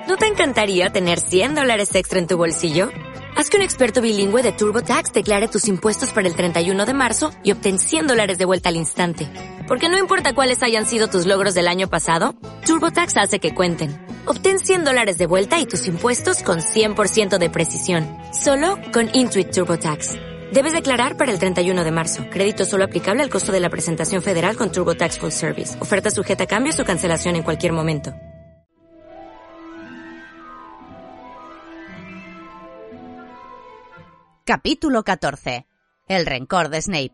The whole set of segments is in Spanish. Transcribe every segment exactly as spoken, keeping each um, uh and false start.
¿No te encantaría tener cien dólares extra en tu bolsillo? Haz que un experto bilingüe de TurboTax declare tus impuestos para el treinta y uno de marzo y obtén cien dólares de vuelta al instante. Porque no importa cuáles hayan sido tus logros del año pasado, TurboTax hace que cuenten. Obtén cien dólares de vuelta y tus impuestos con cien por ciento de precisión. Solo con Intuit TurboTax. Debes declarar para el treinta y uno de marzo. Crédito solo aplicable al costo de la presentación federal con TurboTax Full Service. Oferta sujeta a cambios o cancelación en cualquier momento. Capítulo catorce. El rencor de Snape.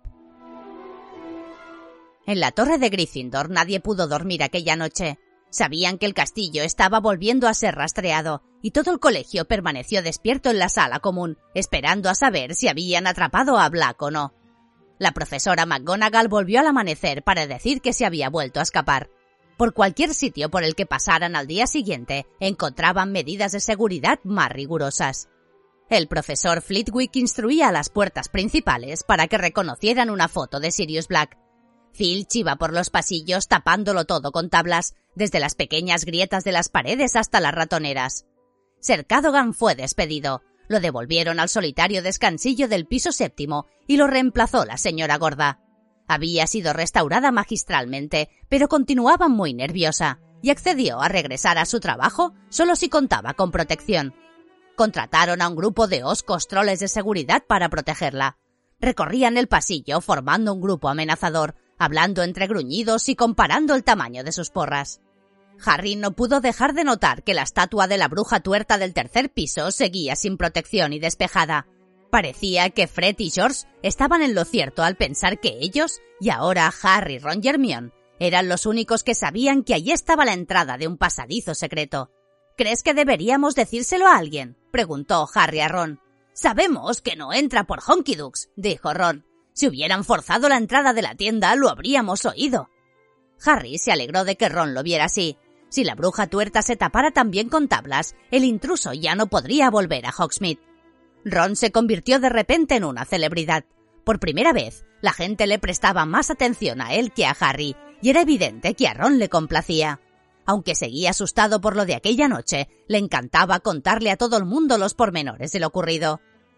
En la torre de Gryffindor nadie pudo dormir aquella noche. Sabían que el castillo estaba volviendo a ser rastreado, y todo el colegio permaneció despierto en la sala común, esperando a saber si habían atrapado a Black o no. La profesora McGonagall volvió al amanecer para decir que se había vuelto a escapar. Por cualquier sitio por el que pasaran al día siguiente, encontraban medidas de seguridad más rigurosas. El profesor Flitwick instruía a las puertas principales para que reconocieran una foto de Sirius Black. Filch iba por los pasillos tapándolo todo con tablas, desde las pequeñas grietas de las paredes hasta las ratoneras. Sir Cadogan fue despedido. Lo devolvieron al solitario descansillo del piso séptimo y lo reemplazó la señora Gorda. Había sido restaurada magistralmente, pero continuaba muy nerviosa y accedió a regresar a su trabajo solo si contaba con protección. Contrataron a un grupo de oscos troles de seguridad para protegerla. Recorrían el pasillo formando un grupo amenazador, hablando entre gruñidos y comparando el tamaño de sus porras. Harry no pudo dejar de notar que la estatua de la bruja tuerta del tercer piso seguía sin protección y despejada. Parecía que Fred y George estaban en lo cierto al pensar que ellos, y ahora Harry, Ron y Hermione, eran los únicos que sabían que allí estaba la entrada de un pasadizo secreto. ¿Crees que deberíamos decírselo a alguien?, preguntó Harry a Ron. Sabemos que no entra por Honky Dukes, dijo Ron. Si hubieran forzado la entrada de la tienda, lo habríamos oído. Harry se alegró de que Ron lo viera así. Si la bruja tuerta se tapara también con tablas, el intruso ya no podría volver a Hogsmeade. Ron se convirtió de repente en una celebridad. Por primera vez, la gente le prestaba más atención a él que a Harry, y era evidente que a Ron le complacía. Aunque seguía asustado por lo de aquella noche, le encantaba contarle a todo el mundo los pormenores de lo ocurrido.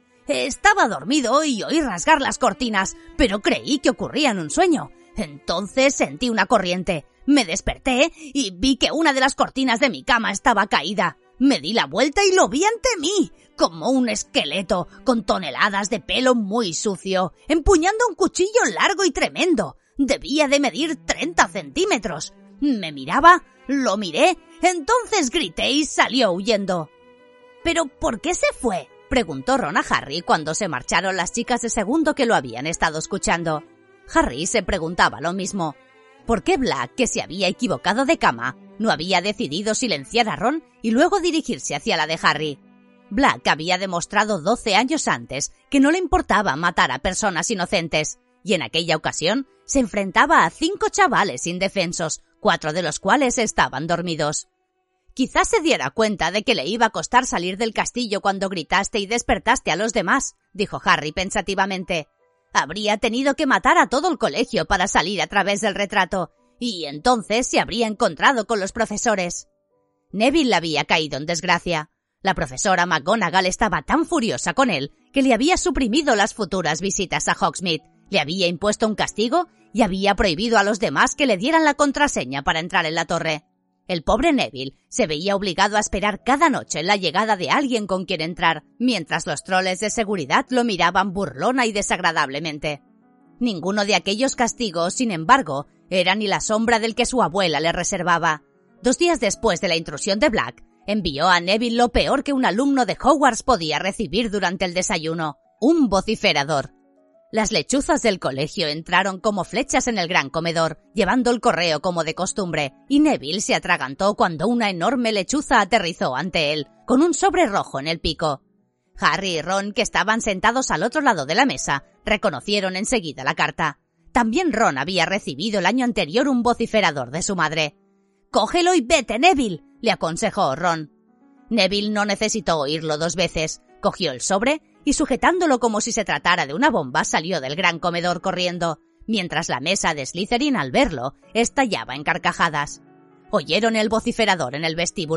Estaba dormido y oí rasgar las cortinas, pero creí que ocurría en un sueño. Entonces sentí una corriente. Me desperté y vi que una de las cortinas de mi cama estaba caída. Me di la vuelta y lo vi ante mí, como un esqueleto, con toneladas de pelo muy sucio, empuñando un cuchillo largo y tremendo. Debía de medir treinta centímetros. Me miraba, lo miré, entonces grité y salió huyendo. ¿Pero por qué se fue?, preguntó Ron a Harry cuando se marcharon las chicas de segundo que lo habían estado escuchando. Harry se preguntaba lo mismo. ¿Por qué Black, que se había equivocado de cama, no había decidido silenciar a Ron y luego dirigirse hacia la de Harry? Black había demostrado doce años antes que no le importaba matar a personas inocentes, y en aquella ocasión se enfrentaba a cinco chavales indefensos, cuatro de los cuales estaban dormidos. Quizás se diera cuenta de que le iba a costar salir del castillo cuando gritaste y despertaste a los demás, dijo Harry pensativamente. Habría tenido que matar a todo el colegio para salir a través del retrato, y entonces se habría encontrado con los profesores. Neville había caído en desgracia. La profesora McGonagall estaba tan furiosa con él que le había suprimido las futuras visitas a Hogsmeade, le había impuesto un castigo y había prohibido a los demás que le dieran la contraseña para entrar en la torre. El pobre Neville se veía obligado a esperar cada noche la llegada de alguien con quien entrar, mientras los troles de seguridad lo miraban burlona y desagradablemente. Ninguno de aquellos castigos, sin embargo, era ni la sombra del que su abuela le reservaba. Dos días después de la intrusión de Black, envió a Neville lo peor que un alumno de Hogwarts podía recibir durante el desayuno: un vociferador. Las lechuzas del colegio entraron como flechas en el gran comedor, llevando el correo como de costumbre, y Neville se atragantó cuando una enorme lechuza aterrizó ante él, con un sobre rojo en el pico. Harry y Ron, que estaban sentados al otro lado de la mesa, reconocieron enseguida la carta. También Ron había recibido el año anterior un vociferador de su madre. «Cógelo y vete, Neville», le aconsejó Ron. Neville no necesitó oírlo dos veces. Cogió el sobre y, sujetándolo como si se tratara de una bomba, salió del gran comedor corriendo, mientras la mesa de Slytherin, al verlo, estallaba en carcajadas. Oyeron el vociferador en el vestíbulo.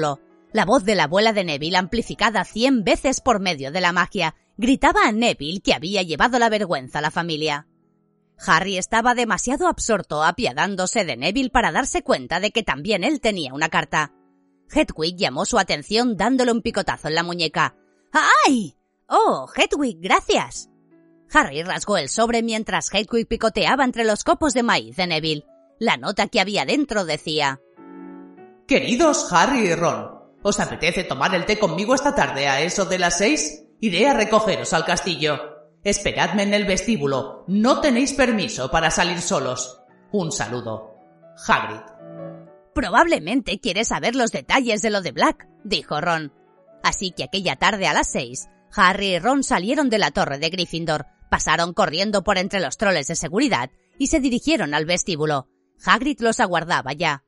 La voz de la abuela de Neville, amplificada cien veces por medio de la magia, gritaba a Neville que había llevado la vergüenza a la familia. Harry estaba demasiado absorto apiadándose de Neville para darse cuenta de que también él tenía una carta. Hedwig llamó su atención dándole un picotazo en la muñeca. ¡Ay! ¡Oh, Hedwig, gracias! Harry rasgó el sobre mientras Hedwig picoteaba entre los copos de maíz de Neville. La nota que había dentro decía: Queridos Harry y Ron, ¿os apetece tomar el té conmigo esta tarde a eso de las seis? Iré a recogeros al castillo. Esperadme en el vestíbulo. No tenéis permiso para salir solos. Un saludo. Hagrid. Probablemente quiere saber los detalles de lo de Black, dijo Ron. Así que aquella tarde a las seis, Harry y Ron salieron de la torre de Gryffindor, pasaron corriendo por entre los troles de seguridad y se dirigieron al vestíbulo. Hagrid los aguardaba ya.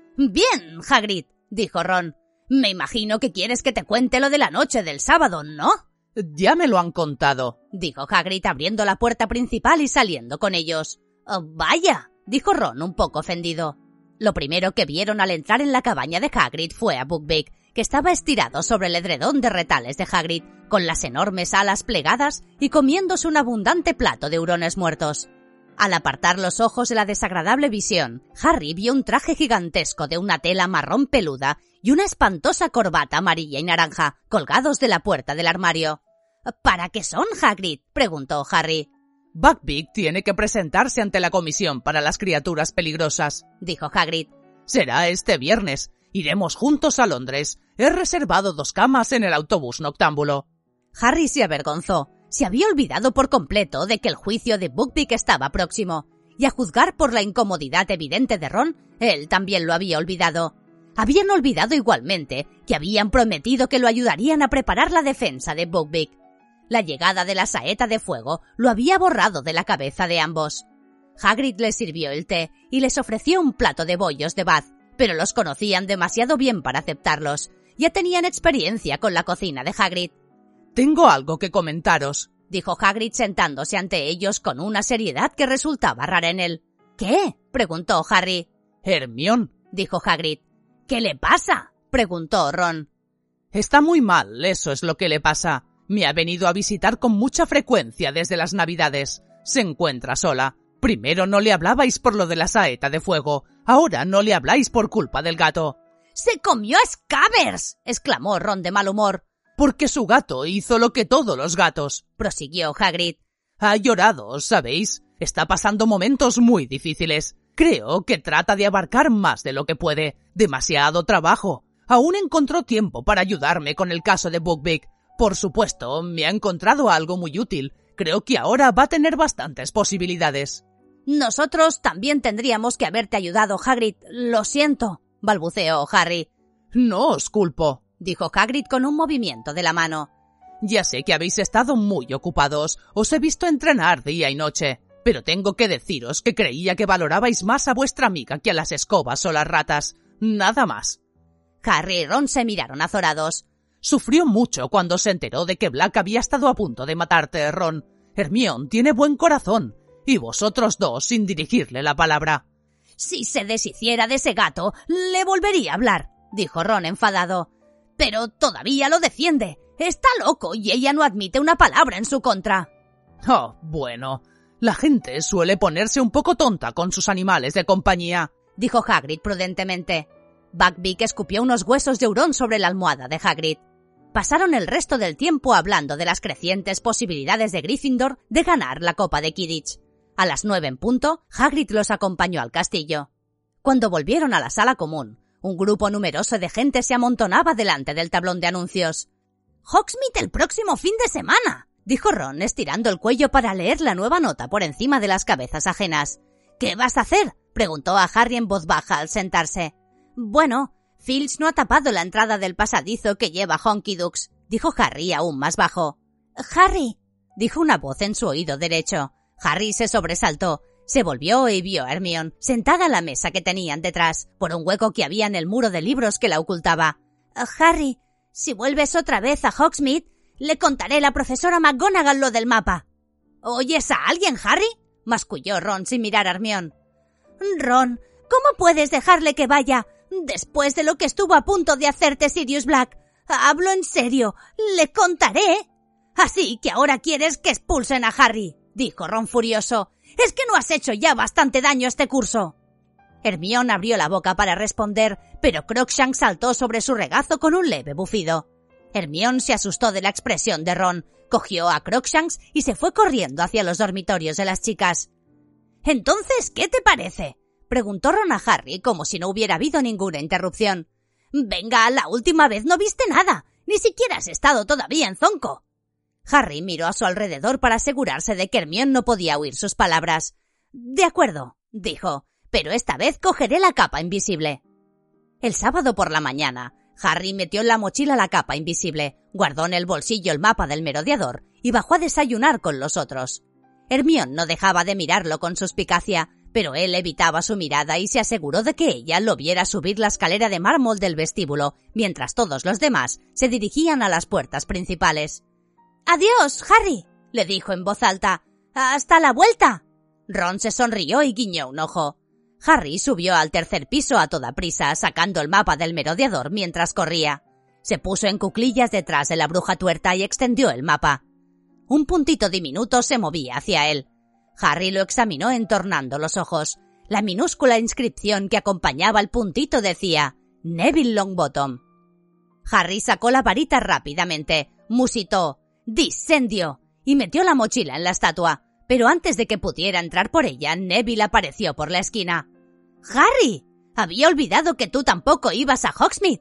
«Bien, Hagrid», dijo Ron. «Me imagino que quieres que te cuente lo de la noche del sábado, ¿no?» «Ya me lo han contado», dijo Hagrid abriendo la puerta principal y saliendo con ellos. «Oh, vaya», dijo Ron un poco ofendido. Lo primero que vieron al entrar en la cabaña de Hagrid fue a Buckbeak, que estaba estirado sobre el edredón de retales de Hagrid, con las enormes alas plegadas y comiéndose un abundante plato de hurones muertos. Al apartar los ojos de la desagradable visión, Harry vio un traje gigantesco de una tela marrón peluda y una espantosa corbata amarilla y naranja colgados de la puerta del armario. «¿Para qué son, Hagrid?», preguntó Harry. «Buckbeak tiene que presentarse ante la comisión para las criaturas peligrosas», dijo Hagrid. «Será este viernes. Iremos juntos a Londres. He reservado dos camas en el autobús noctámbulo». Harry se avergonzó. Se había olvidado por completo de que el juicio de Buckbeak estaba próximo, y a juzgar por la incomodidad evidente de Ron, él también lo había olvidado. Habían olvidado igualmente que habían prometido que lo ayudarían a preparar la defensa de Buckbeak. La llegada de la saeta de fuego lo había borrado de la cabeza de ambos. Hagrid les sirvió el té y les ofreció un plato de bollos de Bath, pero los conocían demasiado bien para aceptarlos. Ya tenían experiencia con la cocina de Hagrid. «Tengo algo que comentaros», dijo Hagrid sentándose ante ellos con una seriedad que resultaba rara en él. «¿Qué?», preguntó Harry. «Hermione», dijo Hagrid. «¿Qué le pasa?», preguntó Ron. «Está muy mal, eso es lo que le pasa. Me ha venido a visitar con mucha frecuencia desde las Navidades. Se encuentra sola. Primero no le hablabais por lo de la saeta de fuego. Ahora no le habláis por culpa del gato». «¡Se comió a Scabbers!», exclamó Ron de mal humor. «Porque su gato hizo lo que todos los gatos», prosiguió Hagrid. «Ha llorado, ¿sabéis? Está pasando momentos muy difíciles. Creo que trata de abarcar más de lo que puede. Demasiado trabajo. Aún encontró tiempo para ayudarme con el caso de Buckbeak. Por supuesto, me ha encontrado algo muy útil. Creo que ahora va a tener bastantes posibilidades». «Nosotros también tendríamos que haberte ayudado, Hagrid. Lo siento», balbuceó Harry. «No os culpo», dijo Hagrid con un movimiento de la mano. «Ya sé que habéis estado muy ocupados. Os he visto entrenar día y noche. Pero tengo que deciros que creía que valorabais más a vuestra amiga que a las escobas o las ratas. Nada más». Harry y Ron se miraron azorados. «Sufrió mucho cuando se enteró de que Black había estado a punto de matarte, Ron. Hermione tiene buen corazón. Y vosotros dos sin dirigirle la palabra». «Si se deshiciera de ese gato, le volvería a hablar», dijo Ron enfadado. «Pero todavía lo defiende. Está loco y ella no admite una palabra en su contra». «Oh, bueno. La gente suele ponerse un poco tonta con sus animales de compañía», dijo Hagrid prudentemente. Buckbeak escupió unos huesos de hurón sobre la almohada de Hagrid. Pasaron el resto del tiempo hablando de las crecientes posibilidades de Gryffindor de ganar la Copa de Quidditch. A las nueve en punto, Hagrid los acompañó al castillo. Cuando volvieron a la sala común, un grupo numeroso de gente se amontonaba delante del tablón de anuncios. «Hogsmeade el próximo fin de semana», dijo Ron estirando el cuello para leer la nueva nota por encima de las cabezas ajenas. «¿Qué vas a hacer?», preguntó a Harry en voz baja al sentarse. «Bueno, Filch no ha tapado la entrada del pasadizo que lleva Honky Dukes», dijo Harry aún más bajo. «Harry», dijo una voz en su oído derecho. Harry se sobresaltó. Se volvió y vio a Hermione, sentada a la mesa que tenían detrás, por un hueco que había en el muro de libros que la ocultaba. «Harry, si vuelves otra vez a Hogsmeade, le contaré a la profesora McGonagall lo del mapa». «¿Oyes a alguien, Harry?», masculló Ron sin mirar a Hermione. «Ron, ¿cómo puedes dejarle que vaya? Después de lo que estuvo a punto de hacerte Sirius Black. Hablo en serio. Le contaré. Así que ahora quieres que expulsen a Harry, dijo Ron furioso. ¿Es que no has hecho ya bastante daño este curso? Hermione abrió la boca para responder, pero Crookshanks saltó sobre su regazo con un leve bufido. Hermione se asustó de la expresión de Ron, cogió a Crookshanks y se fue corriendo hacia los dormitorios de las chicas. «¿Entonces qué te parece?», preguntó Ron a Harry como si no hubiera habido ninguna interrupción. «Venga, la última vez no viste nada, ni siquiera has estado todavía en Zonco». Harry miró a su alrededor para asegurarse de que Hermione no podía oír sus palabras. «De acuerdo», dijo, «pero esta vez cogeré la capa invisible». El sábado por la mañana, Harry metió en la mochila la capa invisible, guardó en el bolsillo el mapa del merodeador y bajó a desayunar con los otros. Hermione no dejaba de mirarlo con suspicacia, pero él evitaba su mirada y se aseguró de que ella lo viera subir la escalera de mármol del vestíbulo, mientras todos los demás se dirigían a las puertas principales. «Adiós, Harry», le dijo en voz alta. «¡Hasta la vuelta!». Ron se sonrió y guiñó un ojo. Harry subió al tercer piso a toda prisa, sacando el mapa del merodeador mientras corría. Se puso en cuclillas detrás de la bruja tuerta y extendió el mapa. Un puntito diminuto se movía hacia él. Harry lo examinó entornando los ojos. La minúscula inscripción que acompañaba al puntito decía «Neville Longbottom». Harry sacó la varita rápidamente, musitó «Discendio» y metió la mochila en la estatua. Pero antes de que pudiera entrar por ella, Neville apareció por la esquina. «¡Harry! Había olvidado que tú tampoco ibas a Hogsmeade».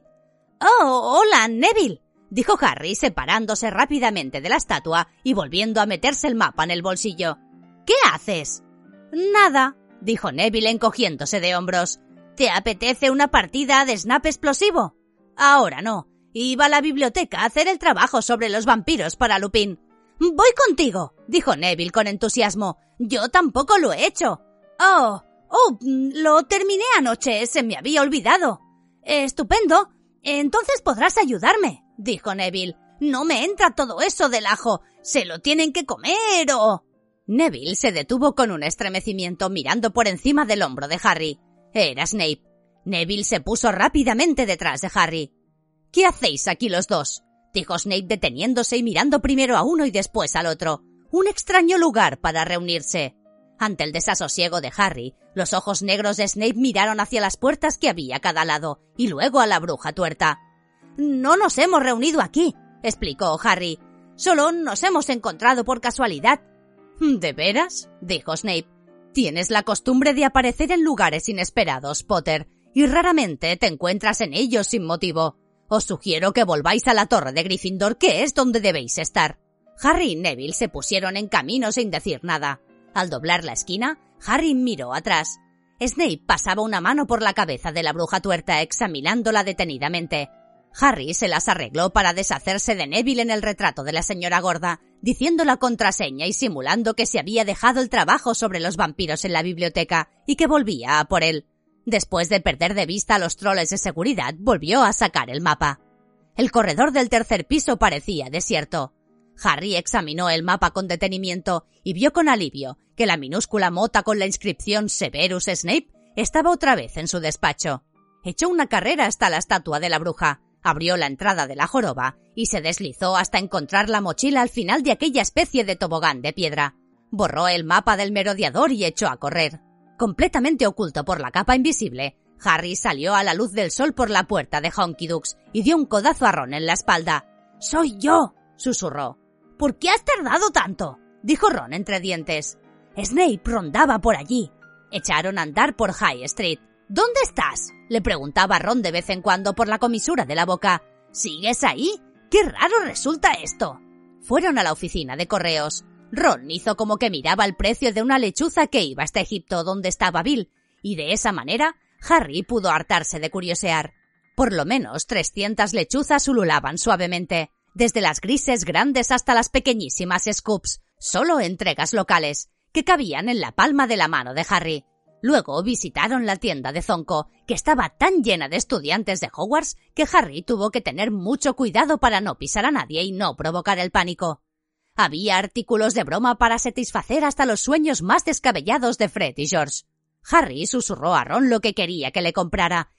«Oh, hola, Neville», dijo Harry separándose rápidamente de la estatua y volviendo a meterse el mapa en el bolsillo. «¿Qué haces?» «Nada», dijo Neville encogiéndose de hombros. «¿Te apetece una partida de Snap explosivo?» «Ahora no. Iba a la biblioteca a hacer el trabajo sobre los vampiros para Lupin». «Voy contigo», dijo Neville con entusiasmo. «Yo tampoco lo he hecho». «Oh, oh, lo terminé anoche, se me había olvidado». «Estupendo. Entonces podrás ayudarme», dijo Neville. «No me entra todo eso del ajo. ¿Se lo tienen que comer o...?» Neville se detuvo con un estremecimiento mirando por encima del hombro de Harry. Era Snape. Neville se puso rápidamente detrás de Harry. «¿Qué hacéis aquí los dos?», dijo Snape deteniéndose y mirando primero a uno y después al otro. Un extraño lugar para reunirse. Ante el desasosiego de Harry, los ojos negros de Snape miraron hacia las puertas que había a cada lado y luego a la bruja tuerta. «No nos hemos reunido aquí», explicó Harry. «Solo nos hemos encontrado por casualidad». «¿De veras?», dijo Snape. «Tienes la costumbre de aparecer en lugares inesperados, Potter, y raramente te encuentras en ellos sin motivo. Os sugiero que volváis a la torre de Gryffindor, que es donde debéis estar». Harry y Neville se pusieron en camino sin decir nada. Al doblar la esquina, Harry miró atrás. Snape pasaba una mano por la cabeza de la bruja tuerta examinándola detenidamente. Harry se las arregló para deshacerse de Neville en el retrato de la señora gorda, diciendo la contraseña y simulando que se había dejado el trabajo sobre los vampiros en la biblioteca y que volvía a por él. Después de perder de vista a los troles de seguridad, volvió a sacar el mapa. El corredor del tercer piso parecía desierto. Harry examinó el mapa con detenimiento y vio con alivio que la minúscula mota con la inscripción Severus Snape estaba otra vez en su despacho. Echó una carrera hasta la estatua de la bruja, abrió la entrada de la joroba y se deslizó hasta encontrar la mochila al final de aquella especie de tobogán de piedra. Borró el mapa del merodeador y echó a correr. Completamente oculto por la capa invisible, Harry salió a la luz del sol por la puerta de Honky Dukes y dio un codazo a Ron en la espalda. «¡Soy yo!», susurró. «¿Por qué has tardado tanto?», dijo Ron entre dientes. Snape rondaba por allí. Echaron a andar por High Street. «¿Dónde estás?», le preguntaba Ron de vez en cuando por la comisura de la boca. «¿Sigues ahí? ¡Qué raro resulta esto!». Fueron a la oficina de correos. Ron hizo como que miraba el precio de una lechuza que iba hasta Egipto donde estaba Bill, y de esa manera Harry pudo hartarse de curiosear. Por lo menos trescientas lechuzas ululaban suavemente, desde las grises grandes hasta las pequeñísimas scoops, solo entregas locales, que cabían en la palma de la mano de Harry. Luego visitaron la tienda de Zonco, que estaba tan llena de estudiantes de Hogwarts que Harry tuvo que tener mucho cuidado para no pisar a nadie y no provocar el pánico. Había artículos de broma para satisfacer hasta los sueños más descabellados de Fred y George. Harry susurró a Ron lo que quería que le comprara,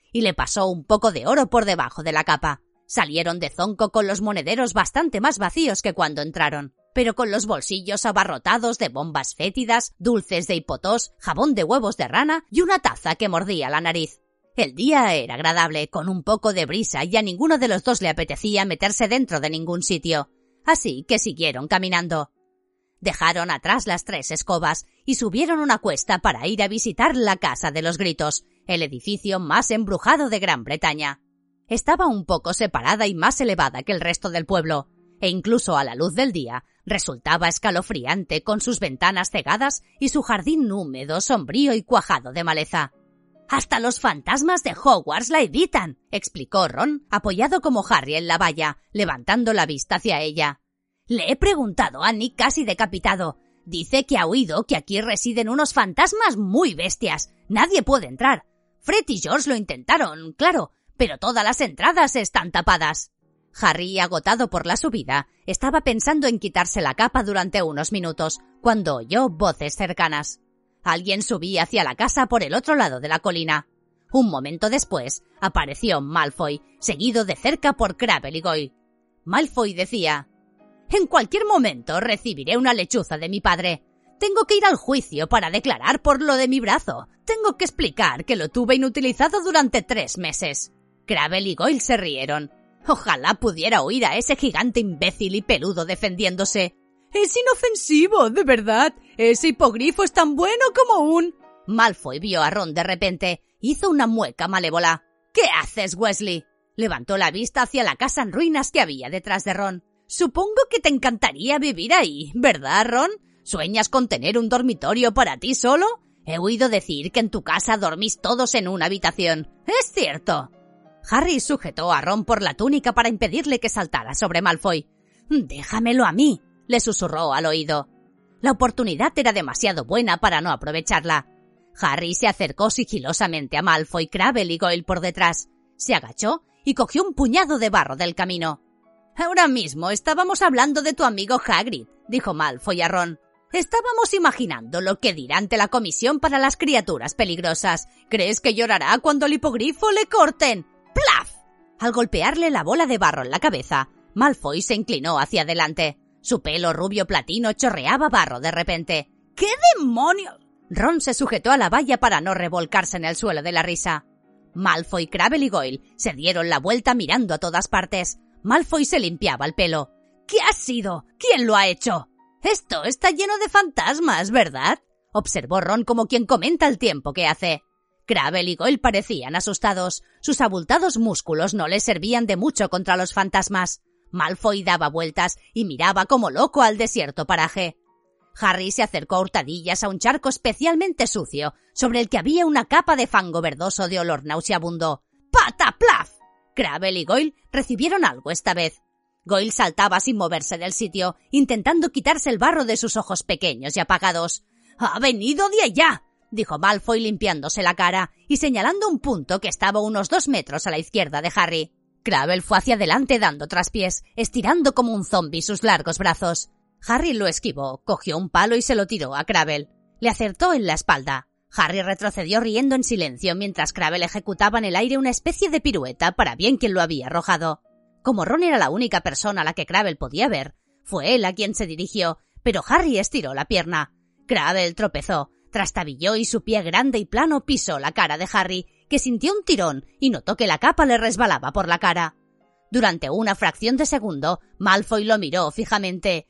y le pasó un poco de oro por debajo de la capa. Salieron de zonco con los monederos bastante más vacíos que cuando entraron, pero con los bolsillos abarrotados de bombas fétidas, dulces de hipotós, jabón de huevos de rana y una taza que mordía la nariz. El día era agradable, con un poco de brisa, y a ninguno de los dos le apetecía meterse dentro de ningún sitio, así que siguieron caminando. Dejaron atrás las tres escobas y subieron una cuesta para ir a visitar la Casa de los Gritos, el edificio más embrujado de Gran Bretaña. Estaba un poco separada y más elevada que el resto del pueblo, e incluso a la luz del día resultaba escalofriante con sus ventanas cegadas y su jardín húmedo, sombrío y cuajado de maleza. «Hasta los fantasmas de Hogwarts la evitan», explicó Ron, apoyado como Harry en la valla, levantando la vista hacia ella. «Le he preguntado a Nick casi decapitado. Dice que ha oído que aquí residen unos fantasmas muy bestias. Nadie puede entrar. Fred y George lo intentaron, claro, pero todas las entradas están tapadas». Harry, agotado por la subida, estaba pensando en quitarse la capa durante unos minutos, cuando oyó voces cercanas. Alguien subía hacia la casa por el otro lado de la colina. Un momento después, apareció Malfoy, seguido de cerca por Crabbe y Goyle. Malfoy decía: «En cualquier momento recibiré una lechuza de mi padre. Tengo que ir al juicio para declarar por lo de mi brazo. Tengo que explicar que lo tuve inutilizado durante tres meses». Crabbe y Goyle se rieron. Ojalá pudiera oír a ese gigante imbécil y peludo defendiéndose. «Es inofensivo, de verdad. Ese hipogrifo es tan bueno como un...» Malfoy vio a Ron de repente. Hizo una mueca malévola. «¿Qué haces, Weasley?» Levantó la vista hacia la casa en ruinas que había detrás de Ron. «Supongo que te encantaría vivir ahí, ¿verdad, Ron? ¿Sueñas con tener un dormitorio para ti solo? He oído decir que en tu casa dormís todos en una habitación. ¿Es cierto?» Harry sujetó a Ron por la túnica para impedirle que saltara sobre Malfoy. «Déjamelo a mí», le susurró al oído. La oportunidad era demasiado buena para no aprovecharla. Harry se acercó sigilosamente a Malfoy, Crabbe y Goyle por detrás. Se agachó y cogió un puñado de barro del camino. «Ahora mismo estábamos hablando de tu amigo Hagrid», dijo Malfoy a Ron. «Estábamos imaginando lo que dirá ante la comisión para las criaturas peligrosas. ¿Crees que llorará cuando al hipogrifo le corten?» ¡Plaf! Al golpearle la bola de barro en la cabeza, Malfoy se inclinó hacia adelante. Su pelo rubio platino chorreaba barro de repente. «¿Qué demonios?» Ron se sujetó a la valla para no revolcarse en el suelo de la risa. Malfoy, Crabbe y Goyle se dieron la vuelta mirando a todas partes. Malfoy se limpiaba el pelo. «¿Qué ha sido? ¿Quién lo ha hecho?» «Esto está lleno de fantasmas, ¿verdad?», observó Ron como quien comenta el tiempo que hace. Crabbe y Goyle parecían asustados. Sus abultados músculos no les servían de mucho contra los fantasmas. Malfoy daba vueltas y miraba como loco al desierto paraje. Harry se acercó a hurtadillas a un charco especialmente sucio, sobre el que había una capa de fango verdoso de olor nauseabundo. ¡Pataplaf! Crabbe y Goyle recibieron algo esta vez. Goyle saltaba sin moverse del sitio, intentando quitarse el barro de sus ojos pequeños y apagados. «¡Ha venido de allá!», dijo Malfoy limpiándose la cara y señalando un punto que estaba unos dos metros a la izquierda de Harry. Crabbe fue hacia adelante dando traspiés, estirando como un zombi sus largos brazos. Harry lo esquivó, cogió un palo y se lo tiró a Crabbe. Le acertó en la espalda. Harry retrocedió riendo en silencio mientras Crabbe ejecutaba en el aire una especie de pirueta para bien quien lo había arrojado. Como Ron era la única persona a la que Crabbe podía ver, fue él a quien se dirigió, pero Harry estiró la pierna. Crabbe tropezó, trastabilló y su pie grande y plano pisó la cara de Harry, que sintió un tirón y notó que la capa le resbalaba por la cara. Durante una fracción de segundo, Malfoy lo miró fijamente.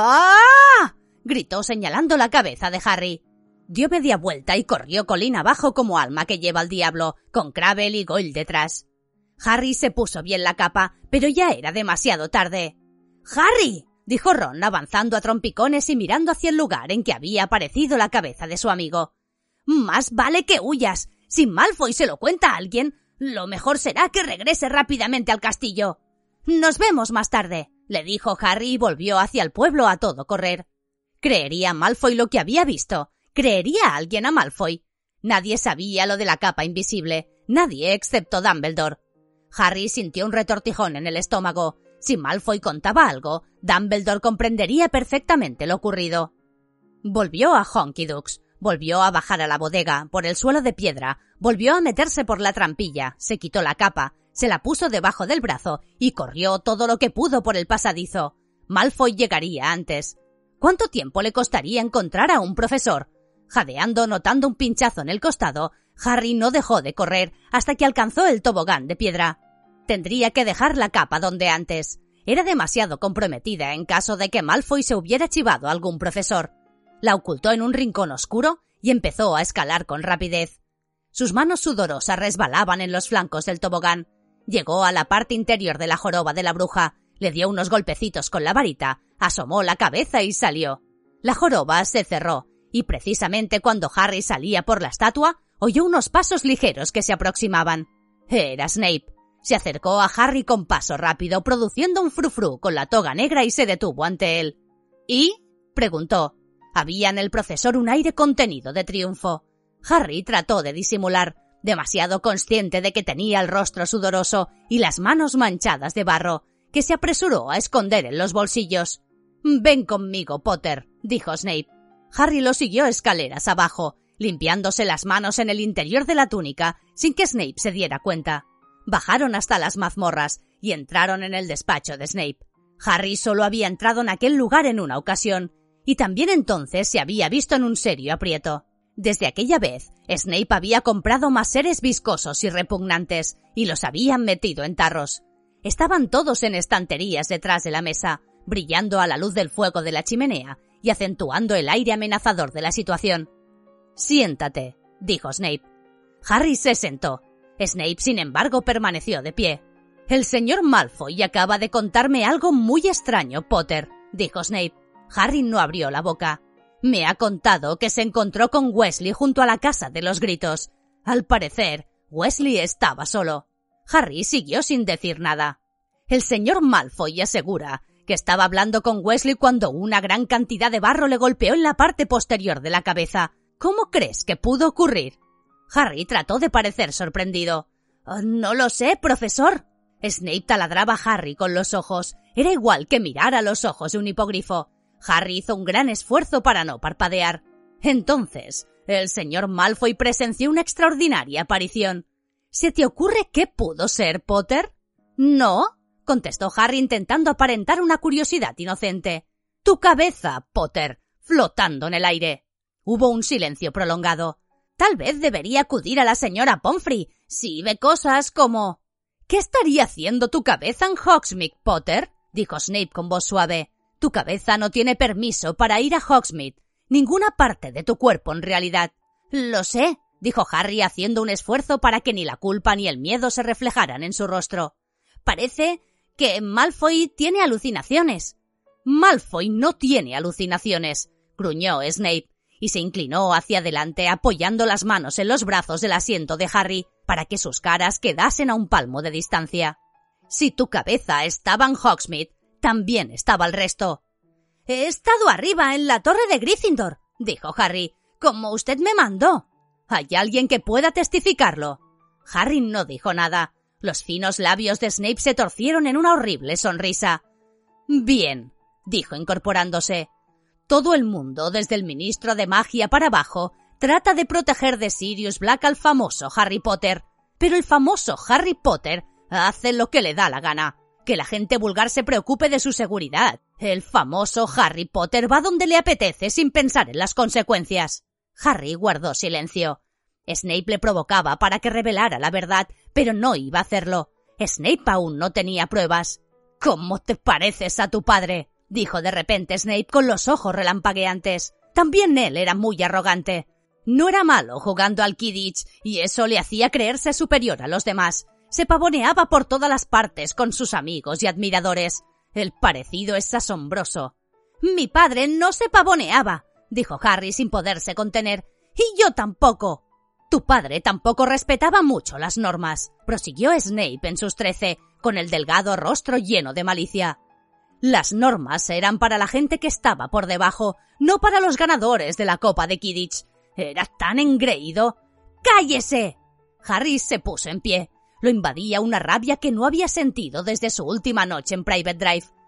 «¡Ah!», gritó señalando la cabeza de Harry. Dio media vuelta y corrió colina abajo como alma que lleva al diablo, con Crabbe y Goyle detrás. Harry se puso bien la capa, pero ya era demasiado tarde. «¡Harry!», dijo Ron avanzando a trompicones y mirando hacia el lugar en que había aparecido la cabeza de su amigo. «Más vale que huyas. Si Malfoy se lo cuenta a alguien, lo mejor será que regrese rápidamente al castillo». «Nos vemos más tarde», le dijo Harry y volvió hacia el pueblo a todo correr. ¿Creería Malfoy lo que había visto? ¿Creería alguien a Malfoy? Nadie sabía lo de la capa invisible, nadie excepto Dumbledore. Harry sintió un retortijón en el estómago. Si Malfoy contaba algo, Dumbledore comprendería perfectamente lo ocurrido. Volvió a Honky Dukes. Volvió a bajar a la bodega, por el suelo de piedra, volvió a meterse por la trampilla, se quitó la capa, se la puso debajo del brazo y corrió todo lo que pudo por el pasadizo. Malfoy llegaría antes. ¿Cuánto tiempo le costaría encontrar a un profesor? Jadeando, notando un pinchazo en el costado, Harry no dejó de correr hasta que alcanzó el tobogán de piedra. Tendría que dejar la capa donde antes. Era demasiado comprometida en caso de que Malfoy se hubiera chivado a algún profesor. La ocultó en un rincón oscuro y empezó a escalar con rapidez. Sus manos sudorosas resbalaban en los flancos del tobogán. Llegó a la parte interior de la joroba de la bruja, le dio unos golpecitos con la varita, asomó la cabeza y salió. La joroba se cerró, y precisamente cuando Harry salía por la estatua, oyó unos pasos ligeros que se aproximaban. Era Snape. Se acercó a Harry con paso rápido, produciendo un frufru con la toga negra y se detuvo ante él. ¿Y? preguntó. Había en el profesor un aire contenido de triunfo. Harry trató de disimular, demasiado consciente de que tenía el rostro sudoroso y las manos manchadas de barro, que se apresuró a esconder en los bolsillos. «Ven conmigo, Potter», dijo Snape. Harry lo siguió escaleras abajo, limpiándose las manos en el interior de la túnica sin que Snape se diera cuenta. Bajaron hasta las mazmorras y entraron en el despacho de Snape. Harry solo había entrado en aquel lugar en una ocasión, y también entonces se había visto en un serio aprieto. Desde aquella vez, Snape había comprado más seres viscosos y repugnantes, y los habían metido en tarros. Estaban todos en estanterías detrás de la mesa, brillando a la luz del fuego de la chimenea y acentuando el aire amenazador de la situación. «Siéntate», dijo Snape. Harry se sentó. Snape, sin embargo, permaneció de pie. «El señor Malfoy acaba de contarme algo muy extraño, Potter», dijo Snape. Harry no abrió la boca. «Me ha contado que se encontró con Weasley junto a la Casa de los Gritos. Al parecer, Weasley estaba solo». Harry siguió sin decir nada. «El señor Malfoy asegura que estaba hablando con Weasley cuando una gran cantidad de barro le golpeó en la parte posterior de la cabeza. ¿Cómo crees que pudo ocurrir?» Harry trató de parecer sorprendido. Oh, «No lo sé, profesor». Snape taladraba a Harry con los ojos. Era igual que mirar a los ojos de un hipogrifo. Harry hizo un gran esfuerzo para no parpadear. Entonces, el señor Malfoy presenció una extraordinaria aparición. ¿Se te ocurre qué pudo ser, Potter? «No», contestó Harry intentando aparentar una curiosidad inocente. «Tu cabeza, Potter, flotando en el aire». Hubo un silencio prolongado. «Tal vez debería acudir a la señora Pomfrey si ve cosas como...» «¿Qué estaría haciendo tu cabeza en Hogsmeade, Potter?», dijo Snape con voz suave. «Tu cabeza no tiene permiso para ir a Hogsmeade. Ninguna parte de tu cuerpo, en realidad». «Lo sé», dijo Harry haciendo un esfuerzo para que ni la culpa ni el miedo se reflejaran en su rostro. «Parece que Malfoy tiene alucinaciones». «Malfoy no tiene alucinaciones», gruñó Snape, y se inclinó hacia adelante apoyando las manos en los brazos del asiento de Harry para que sus caras quedasen a un palmo de distancia. «Si tu cabeza estaba en Hogsmeade, también estaba el resto». «He estado arriba en la torre de Gryffindor», dijo Harry, «como usted me mandó». «¿Hay alguien que pueda testificarlo?» Harry no dijo nada. Los finos labios de Snape se torcieron en una horrible sonrisa. «Bien», dijo incorporándose. «Todo el mundo, desde el ministro de magia para abajo, trata de proteger de Sirius Black al famoso Harry Potter. Pero el famoso Harry Potter hace lo que le da la gana. Que la gente vulgar se preocupe de su seguridad. El famoso Harry Potter va donde le apetece sin pensar en las consecuencias». Harry guardó silencio. Snape le provocaba para que revelara la verdad, pero no iba a hacerlo. Snape aún no tenía pruebas. «¿Cómo te pareces a tu padre?», dijo de repente Snape con los ojos relampagueantes. También él era muy arrogante. No era malo jugando al Quidditch, y eso le hacía creerse superior a los demás. Se pavoneaba por todas las partes con sus amigos y admiradores. El parecido es asombroso. «Mi padre no se pavoneaba», dijo Harry sin poderse contener. «Y yo tampoco». «Tu padre tampoco respetaba mucho las normas», prosiguió Snape en sus trece, con el delgado rostro lleno de malicia. «Las normas eran para la gente que estaba por debajo, no para los ganadores de la Copa de Quidditch. Era tan engreído». «¡Cállese!». Harry se puso en pie. Lo invadía una rabia que no había sentido desde su última noche en Private Drive.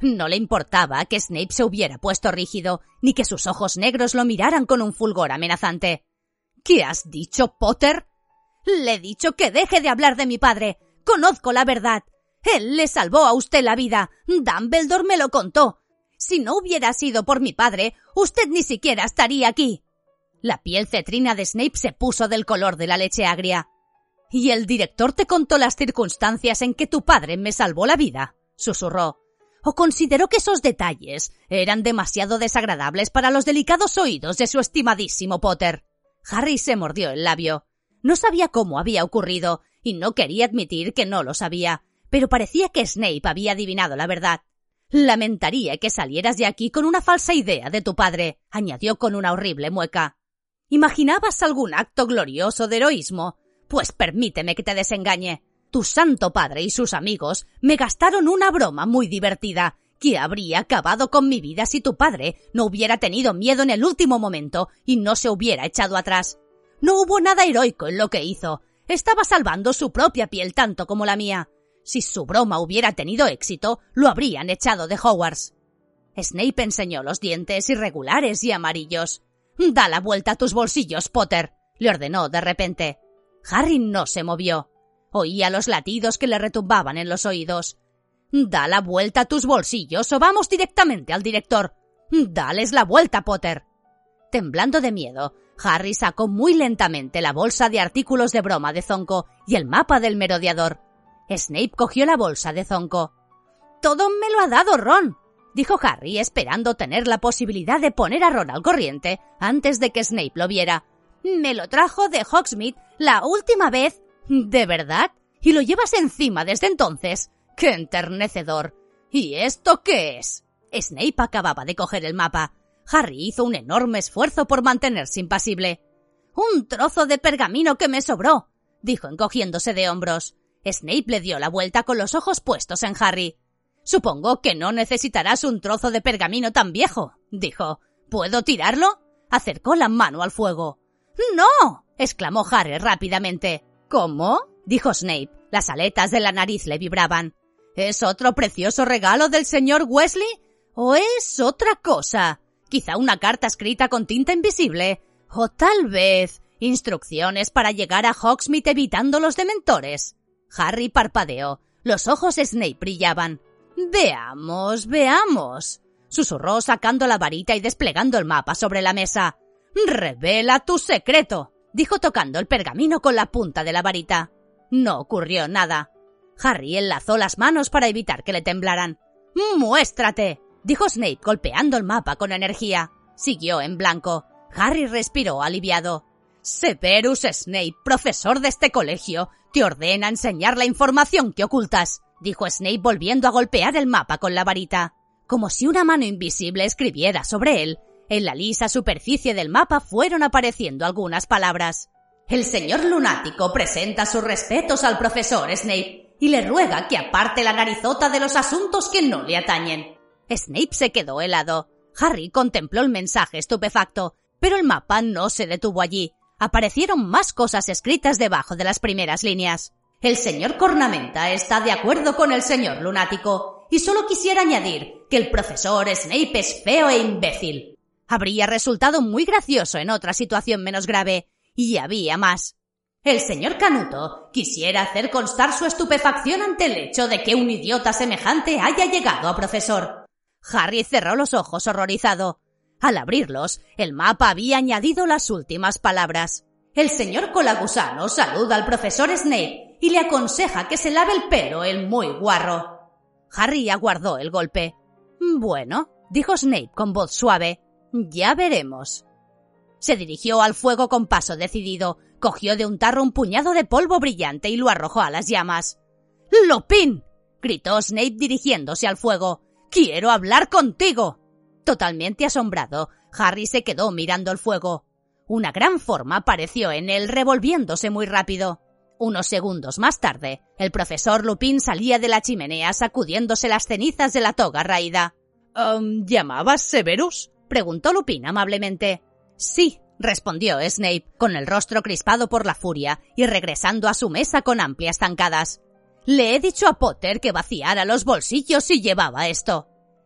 No le importaba que Snape se hubiera puesto rígido, ni que sus ojos negros lo miraran con un fulgor amenazante. ¿Qué has dicho, Potter? Le he dicho que deje de hablar de mi padre. Conozco la verdad. Él le salvó a usted la vida. Dumbledore me lo contó. Si no hubiera sido por mi padre, usted ni siquiera estaría aquí. La piel cetrina de Snape se puso del color de la leche agria. ¿Y el director te contó las circunstancias en que tu padre me salvó la vida?, susurró. ¿O consideró que esos detalles eran demasiado desagradables para los delicados oídos de su estimadísimo Potter? Harry se mordió el labio. No sabía cómo había ocurrido y no quería admitir que no lo sabía, pero parecía que Snape había adivinado la verdad. Lamentaría que salieras de aquí con una falsa idea de tu padre, añadió con una horrible mueca. ¿Imaginabas algún acto glorioso de heroísmo? Pues permíteme que te desengañe. Tu santo padre y sus amigos me gastaron una broma muy divertida que habría acabado con mi vida si tu padre no hubiera tenido miedo en el último momento y no se hubiera echado atrás. No hubo nada heroico en lo que hizo. Estaba salvando su propia piel tanto como la mía. Si su broma hubiera tenido éxito, lo habrían echado de Hogwarts. Snape enseñó los dientes irregulares y amarillos. «Da la vuelta a tus bolsillos, Potter», le ordenó de repente. Harry no se movió. Oía los latidos que le retumbaban en los oídos. «Da la vuelta a tus bolsillos o vamos directamente al director. Dales la vuelta, Potter». Temblando de miedo, Harry sacó muy lentamente la bolsa de artículos de broma de Zonko y el mapa del merodeador. Snape cogió la bolsa de Zonko. «Todo me lo ha dado Ron», dijo Harry, esperando tener la posibilidad de poner a Ron al corriente antes de que Snape lo viera. «Me lo trajo de Hogsmeade la última vez». «¿De verdad? ¿Y lo llevas encima desde entonces? ¡Qué enternecedor! ¿Y esto qué es?» Snape acababa de coger el mapa. Harry hizo un enorme esfuerzo por mantenerse impasible. «Un trozo de pergamino que me sobró», dijo encogiéndose de hombros. Snape le dio la vuelta con los ojos puestos en Harry. «Supongo que no necesitarás un trozo de pergamino tan viejo», dijo. «¿Puedo tirarlo?» Acercó la mano al fuego. «¡No!», exclamó Harry rápidamente. «¿Cómo?», dijo Snape. Las aletas de la nariz le vibraban. «¿Es otro precioso regalo del señor Weasley? ¿O es otra cosa? Quizá una carta escrita con tinta invisible. O tal vez instrucciones para llegar a Hogsmeade evitando los dementores». Harry parpadeó. Los ojos de Snape brillaban. «Veamos, veamos», susurró sacando la varita y desplegando el mapa sobre la mesa. «Revela tu secreto», dijo tocando el pergamino con la punta de la varita. No ocurrió nada. Harry enlazó las manos para evitar que le temblaran. «¡Muéstrate!», dijo Snape golpeando el mapa con energía. Siguió en blanco. Harry respiró aliviado. «Severus Snape, profesor de este colegio, te ordena enseñar la información que ocultas», dijo Snape volviendo a golpear el mapa con la varita. Como si una mano invisible escribiera sobre él, en la lisa superficie del mapa fueron apareciendo algunas palabras. «El señor lunático presenta sus respetos al profesor Snape y le ruega que aparte la narizota de los asuntos que no le atañen». Snape se quedó helado. Harry contempló el mensaje estupefacto, pero el mapa no se detuvo allí. Aparecieron más cosas escritas debajo de las primeras líneas. «El señor Cornamenta está de acuerdo con el señor lunático y solo quisiera añadir que el profesor Snape es feo e imbécil». Habría resultado muy gracioso en otra situación menos grave, y había más. «El señor Canuto quisiera hacer constar su estupefacción ante el hecho de que un idiota semejante haya llegado a profesor». Harry cerró los ojos horrorizado. Al abrirlos, el mapa había añadido las últimas palabras. «El señor Colagusano saluda al profesor Snape y le aconseja que se lave el pelo el muy guarro». Harry aguardó el golpe. «Bueno», dijo Snape con voz suave, «ya veremos». Se dirigió al fuego con paso decidido, cogió de un tarro un puñado de polvo brillante y lo arrojó a las llamas. «¡Lupin!», gritó Snape dirigiéndose al fuego. «¡Quiero hablar contigo!». Totalmente asombrado, Harry se quedó mirando el fuego. Una gran forma apareció en él, revolviéndose muy rápido. Unos segundos más tarde, el profesor Lupin salía de la chimenea sacudiéndose las cenizas de la toga raída. Um, ¿Llamabas Severus?, preguntó Lupin amablemente. «Sí», respondió Snape, con el rostro crispado por la furia y regresando a su mesa con amplias zancadas. «Le he dicho a Potter que vaciara los bolsillos si llevaba esto».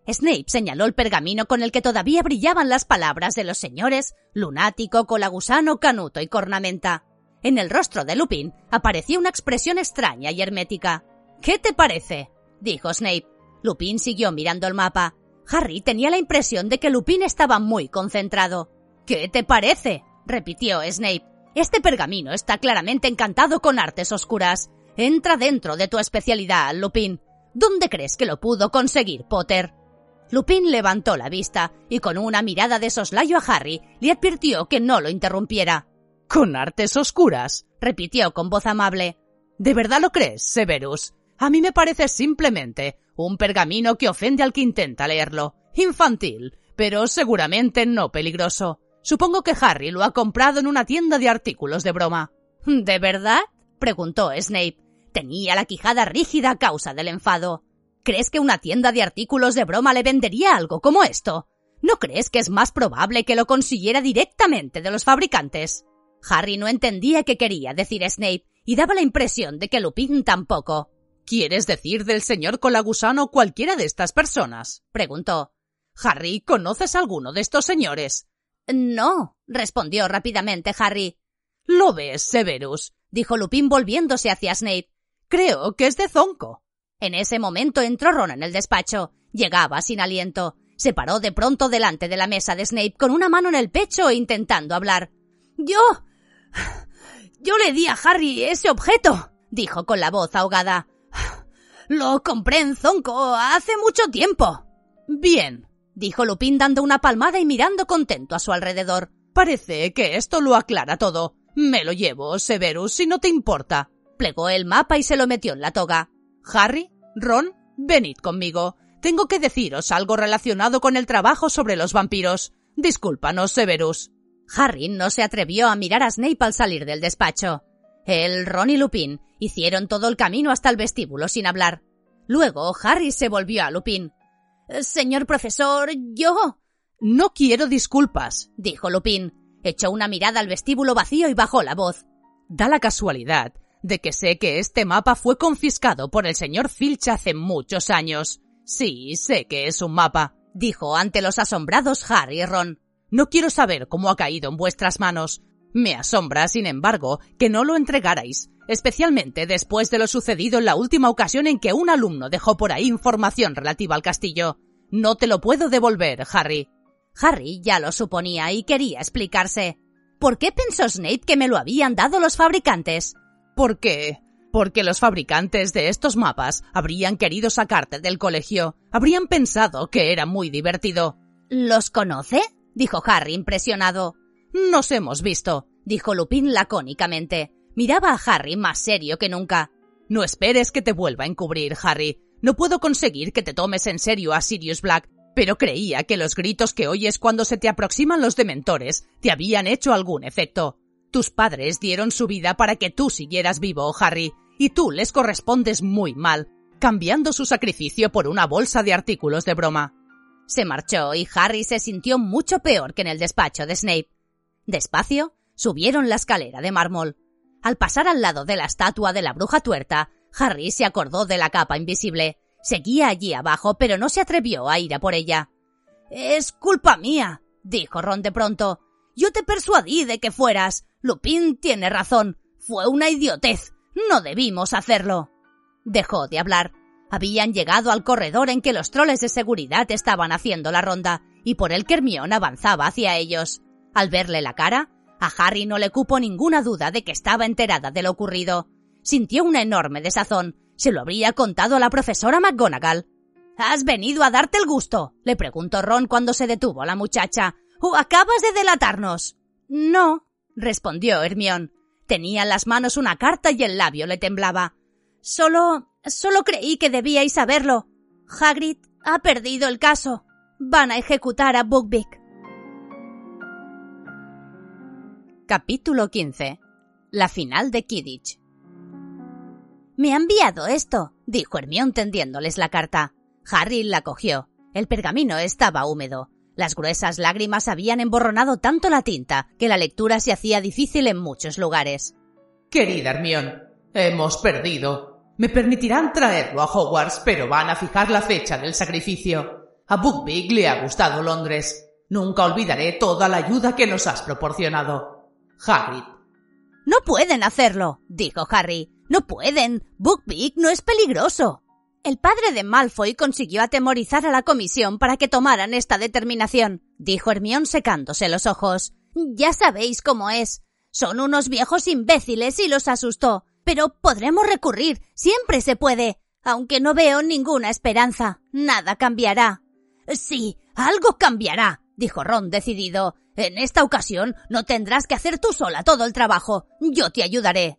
Snape señaló el pergamino con el que todavía brillaban las palabras de los señores lunático, colagusano, canuto y cornamenta. En el rostro de Lupin apareció una expresión extraña y hermética. «¿Qué te parece?», dijo Snape. Lupin siguió mirando el mapa. Harry tenía la impresión de que Lupin estaba muy concentrado. «¿Qué te parece?», repitió Snape. «Este pergamino está claramente encantado con artes oscuras. Entra dentro de tu especialidad, Lupin. ¿Dónde crees que lo pudo conseguir, Potter?». Lupin levantó la vista y con una mirada de soslayo a Harry le advirtió que no lo interrumpiera. «¿Con artes oscuras?», repitió con voz amable. «¿De verdad lo crees, Severus? A mí me parece simplemente un pergamino que ofende al que intenta leerlo. Infantil, pero seguramente no peligroso. Supongo que Harry lo ha comprado en una tienda de artículos de broma». «¿De verdad?», preguntó Snape. Tenía la quijada rígida a causa del enfado. ¿Crees que una tienda de artículos de broma le vendería algo como esto? ¿No crees que es más probable que lo consiguiera directamente de los fabricantes? Harry no entendía qué quería decir Snape y daba la impresión de que Lupin tampoco. ¿Quieres decir del señor Colagusano cualquiera de estas personas?, preguntó. «Harry, ¿conoces a alguno de estos señores?». «No», respondió rápidamente Harry. «¿Lo ves, Severus?», dijo Lupin volviéndose hacia Snape. «Creo que es de Zonco». En ese momento entró Ron en el despacho. Llegaba sin aliento. Se paró de pronto delante de la mesa de Snape con una mano en el pecho e intentando hablar. «Yo... yo le di a Harry ese objeto», dijo con la voz ahogada. «Lo compré en Zonco hace mucho tiempo». «Bien», dijo Lupin dando una palmada y mirando contento a su alrededor. «Parece que esto lo aclara todo. Me lo llevo, Severus, si no te importa». Plegó el mapa y se lo metió en la toga. «Harry, Ron, venid conmigo. Tengo que deciros algo relacionado con el trabajo sobre los vampiros. Discúlpanos, Severus». Harry no se atrevió a mirar a Snape al salir del despacho. Él, Ron y Lupin hicieron todo el camino hasta el vestíbulo sin hablar. Luego Harry se volvió a Lupin. «Señor profesor, yo...» «No quiero disculpas», dijo Lupin. Echó una mirada al vestíbulo vacío y bajó la voz. «Da la casualidad de que sé que este mapa fue confiscado por el señor Filch hace muchos años. Sí, sé que es un mapa», dijo ante los asombrados Harry y Ron. «No quiero saber cómo ha caído en vuestras manos. Me asombra, sin embargo, que no lo entregarais, especialmente después de lo sucedido en la última ocasión en que un alumno dejó por ahí información relativa al castillo. No te lo puedo devolver, Harry». Harry ya lo suponía y quería explicarse. ¿Por qué pensó Snape que me lo habían dado los fabricantes? ¿Por qué? Porque los fabricantes de estos mapas habrían querido sacarte del colegio. Habrían pensado que era muy divertido. ¿Los conoce?, dijo Harry impresionado. «Nos hemos visto», dijo Lupin lacónicamente. Miraba a Harry más serio que nunca. «No esperes que te vuelva a encubrir, Harry. No puedo conseguir que te tomes en serio a Sirius Black, pero creía que los gritos que oyes cuando se te aproximan los dementores te habían hecho algún efecto. Tus padres dieron su vida para que tú siguieras vivo, Harry, y tú les correspondes muy mal, cambiando su sacrificio por una bolsa de artículos de broma». Se marchó y Harry se sintió mucho peor que en el despacho de Snape. Despacio, subieron la escalera de mármol. Al pasar al lado de la estatua de la bruja tuerta, Harry se acordó de la capa invisible. Seguía allí abajo, pero no se atrevió a ir a por ella. «Es culpa mía», dijo Ron de pronto. «Yo te persuadí de que fueras. Lupin tiene razón. Fue una idiotez. No debimos hacerlo». Dejó de hablar. Habían llegado al corredor en que los troles de seguridad estaban haciendo la ronda y por el que Hermione avanzaba hacia ellos. Al verle la cara, a Harry no le cupo ninguna duda de que estaba enterada de lo ocurrido. Sintió una enorme desazón. Se lo habría contado a la profesora McGonagall. «¿Has venido a darte el gusto?», le preguntó Ron cuando se detuvo la muchacha. «¿O acabas de delatarnos?» «No», respondió Hermione. Tenía en las manos una carta y el labio le temblaba. Solo... solo creí que debíais saberlo. Hagrid ha perdido el caso. Van a ejecutar a Buckbeak». Capítulo quince. La final de Quidditch. «Me ha enviado esto», dijo Hermione tendiéndoles la carta. Harry la cogió. El pergamino estaba húmedo. Las gruesas lágrimas habían emborronado tanto la tinta que la lectura se hacía difícil en muchos lugares. «Querida Hermione, hemos perdido. Me permitirán traerlo a Hogwarts, pero van a fijar la fecha del sacrificio. A Buckbeak le ha gustado Londres. Nunca olvidaré toda la ayuda que nos has proporcionado. Hagrid. No pueden hacerlo, dijo Harry. No pueden. Buckbeak no es peligroso. El padre de Malfoy consiguió atemorizar a la comisión para que tomaran esta determinación, dijo Hermione secándose los ojos. Ya sabéis cómo es. Son unos viejos imbéciles y los asustó. Pero podremos recurrir. Siempre se puede. Aunque no veo ninguna esperanza. Nada cambiará. Sí, algo cambiará, dijo Ron decidido. En esta ocasión no tendrás que hacer tú sola todo el trabajo. Yo te ayudaré.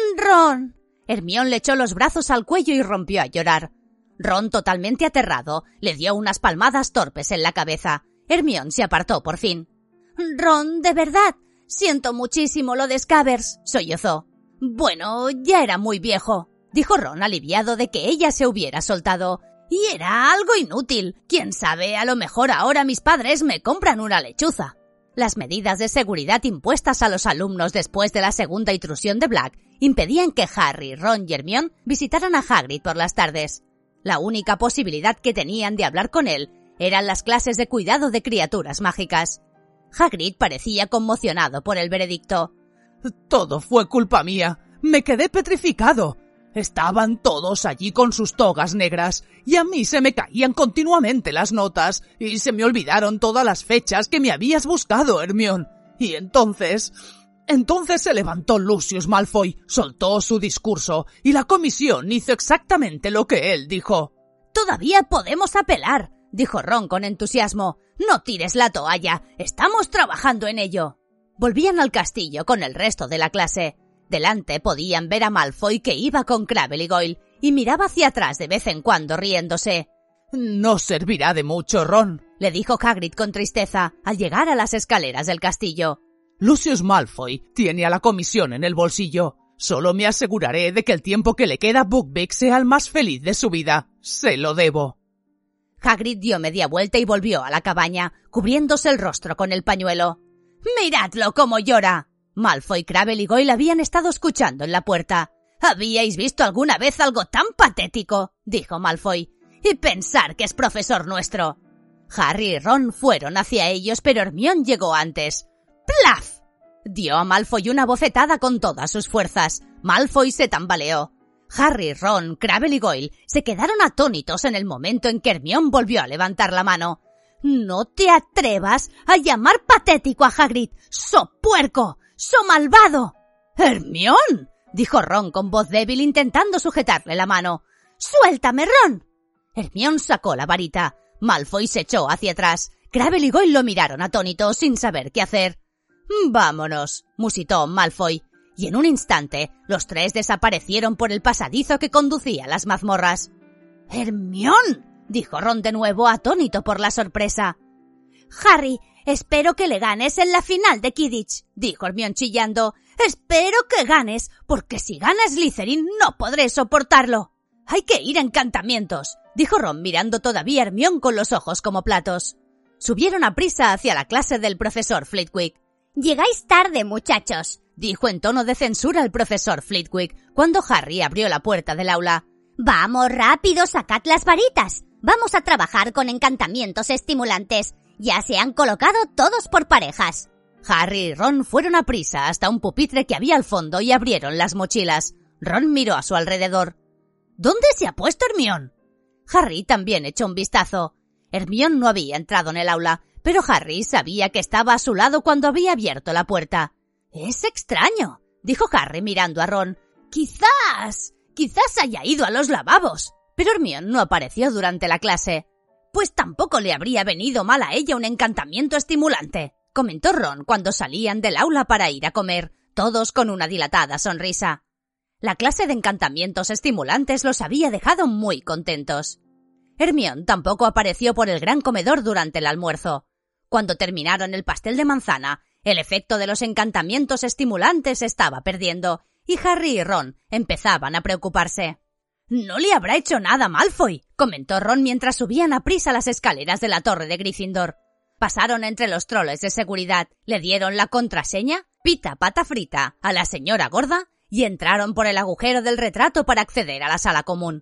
Ron. Hermione le echó los brazos al cuello y rompió a llorar. Ron, totalmente aterrado, le dio unas palmadas torpes en la cabeza. Hermione se apartó por fin. Ron, de verdad, siento muchísimo lo de Scabbers, sollozó. Bueno, ya era muy viejo, dijo Ron aliviado de que ella se hubiera soltado. Y era algo inútil. Quién sabe, a lo mejor ahora mis padres me compran una lechuza. Las medidas de seguridad impuestas a los alumnos después de la segunda intrusión de Black impedían que Harry, Ron y Hermione visitaran a Hagrid por las tardes. La única posibilidad que tenían de hablar con él eran las clases de cuidado de criaturas mágicas. Hagrid parecía conmocionado por el veredicto. Todo fue culpa mía. Me quedé petrificado. Estaban todos allí con sus togas negras y a mí se me caían continuamente las notas y se me olvidaron todas las fechas que me habías buscado, Hermione. Y entonces... Entonces se levantó Lucius Malfoy, soltó su discurso y la comisión hizo exactamente lo que él dijo. «Todavía podemos apelar», dijo Ron con entusiasmo. «No tires la toalla, estamos trabajando en ello». Volvían al castillo con el resto de la clase. Delante podían ver a Malfoy que iba con Crabbe y Goyle y miraba hacia atrás de vez en cuando riéndose. «No servirá de mucho, Ron», le dijo Hagrid con tristeza al llegar a las escaleras del castillo. Lucius Malfoy tiene a la comisión en el bolsillo. Solo me aseguraré de que el tiempo que le queda a Buckbeak sea el más feliz de su vida. Se lo debo. Hagrid dio media vuelta y volvió a la cabaña, cubriéndose el rostro con el pañuelo. «¡Miradlo cómo llora!» Malfoy, Crabbe y Goyle habían estado escuchando en la puerta. «¿Habíais visto alguna vez algo tan patético?», dijo Malfoy. «Y pensar que es profesor nuestro». Harry y Ron fueron hacia ellos, pero Hermione llegó antes. ¡Plaf! Dio a Malfoy una bofetada con todas sus fuerzas. Malfoy se tambaleó. Harry, Ron, Crabbe y Goyle se quedaron atónitos en el momento en que Hermione volvió a levantar la mano. «No te atrevas a llamar patético a Hagrid. ¡So puerco! ¡So malvado!» «¡Hermione!», dijo Ron con voz débil intentando sujetarle la mano. «¡Suéltame, Ron!». Hermione sacó la varita. Malfoy se echó hacia atrás. Crabbe y Goyle lo miraron atónitos sin saber qué hacer. «Vámonos», musitó Malfoy, y en un instante los tres desaparecieron por el pasadizo que conducía a las mazmorras. «¡Hermione!», dijo Ron de nuevo, atónito por la sorpresa. «Harry, espero que le ganes en la final de Quidditch», dijo Hermione chillando. «Espero que ganes, porque si gana Slytherin no podré soportarlo». «Hay que ir a encantamientos», dijo Ron mirando todavía a Hermione con los ojos como platos. Subieron a prisa hacia la clase del profesor Flitwick. «Llegáis tarde, muchachos», dijo en tono de censura el profesor Flitwick cuando Harry abrió la puerta del aula. «Vamos, rápido, sacad las varitas. Vamos a trabajar con encantamientos estimulantes. Ya se han colocado todos por parejas». Harry y Ron fueron a prisa hasta un pupitre que había al fondo y abrieron las mochilas. Ron miró a su alrededor. «¿Dónde se ha puesto Hermione?». Harry también echó un vistazo. Hermione no había entrado en el aula, pero Harry sabía que estaba a su lado cuando había abierto la puerta. «Es extraño», dijo Harry mirando a Ron. «Quizás, quizás haya ido a los lavabos». Pero Hermione no apareció durante la clase. «Pues tampoco le habría venido mal a ella un encantamiento estimulante», comentó Ron cuando salían del aula para ir a comer, todos con una dilatada sonrisa. La clase de encantamientos estimulantes los había dejado muy contentos. Hermione tampoco apareció por el gran comedor durante el almuerzo. Cuando terminaron el pastel de manzana, el efecto de los encantamientos estimulantes se estaba perdiendo, y Harry y Ron empezaban a preocuparse. «No le habrá hecho nada Malfoy», comentó Ron mientras subían a prisa las escaleras de la torre de Gryffindor. Pasaron entre los troles de seguridad, le dieron la contraseña, pita pata frita, a la señora gorda y entraron por el agujero del retrato para acceder a la sala común.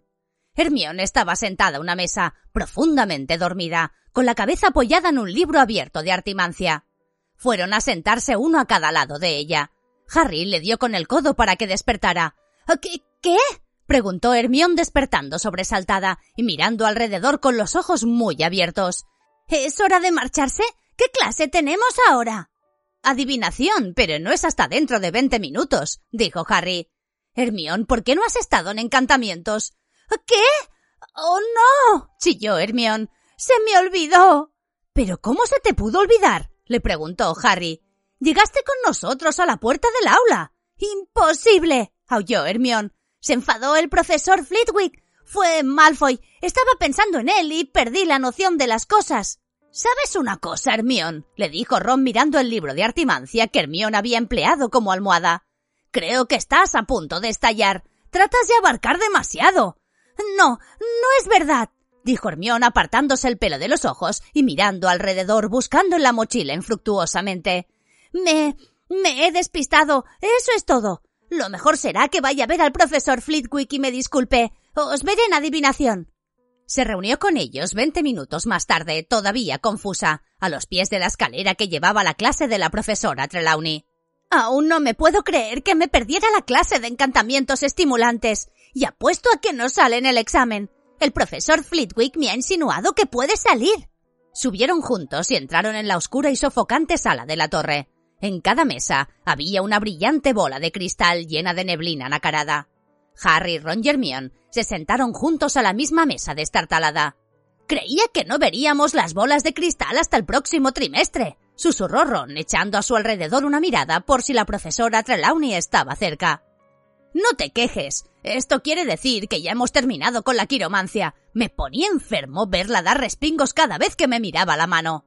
Hermione estaba sentada a una mesa, profundamente dormida, con la cabeza apoyada en un libro abierto de artimancia. Fueron a sentarse uno a cada lado de ella. Harry le dio con el codo para que despertara. ¿Qué? ¿Qué? Preguntó Hermione despertando sobresaltada y mirando alrededor con los ojos muy abiertos. ¿Es hora de marcharse? ¿Qué clase tenemos ahora? Adivinación, pero no es hasta dentro de veinte minutos, dijo Harry. Hermione, ¿por qué no has estado en encantamientos? ¿Qué? ¡Oh, no! Chilló Hermione. ¡Se me olvidó! ¿Pero cómo se te pudo olvidar? Le preguntó Harry. Llegaste con nosotros a la puerta del aula. ¡Imposible! Aulló Hermione. Se enfadó el profesor Flitwick. Fue Malfoy. Estaba pensando en él y perdí la noción de las cosas. ¿Sabes una cosa, Hermione? Le dijo Ron mirando el libro de artimancia que Hermione había empleado como almohada. Creo que estás a punto de estallar. Tratas de abarcar demasiado. No, no es verdad, dijo Hermione apartándose el pelo de los ojos y mirando alrededor buscando en la mochila infructuosamente. Me... me he despistado. Eso es todo. Lo mejor será que vaya a ver al profesor Flitwick y me disculpe. Os veré en adivinación. Se reunió con ellos veinte minutos más tarde, todavía confusa, a los pies de la escalera que llevaba a la clase de la profesora Trelawney. Aún no me puedo creer que me perdiera la clase de encantamientos estimulantes. Y apuesto a que no sale en el examen. El profesor Flitwick me ha insinuado que puede salir. Subieron juntos y entraron en la oscura y sofocante sala de la torre. En cada mesa había una brillante bola de cristal llena de neblina nacarada. Harry, Ron y Hermione se sentaron juntos a la misma mesa destartalada. Creía que no veríamos las bolas de cristal hasta el próximo trimestre, susurró Ron echando a su alrededor una mirada por si la profesora Trelawney estaba cerca. No te quejes. Esto quiere decir que ya hemos terminado con la quiromancia. Me ponía enfermo verla dar respingos cada vez que me miraba la mano.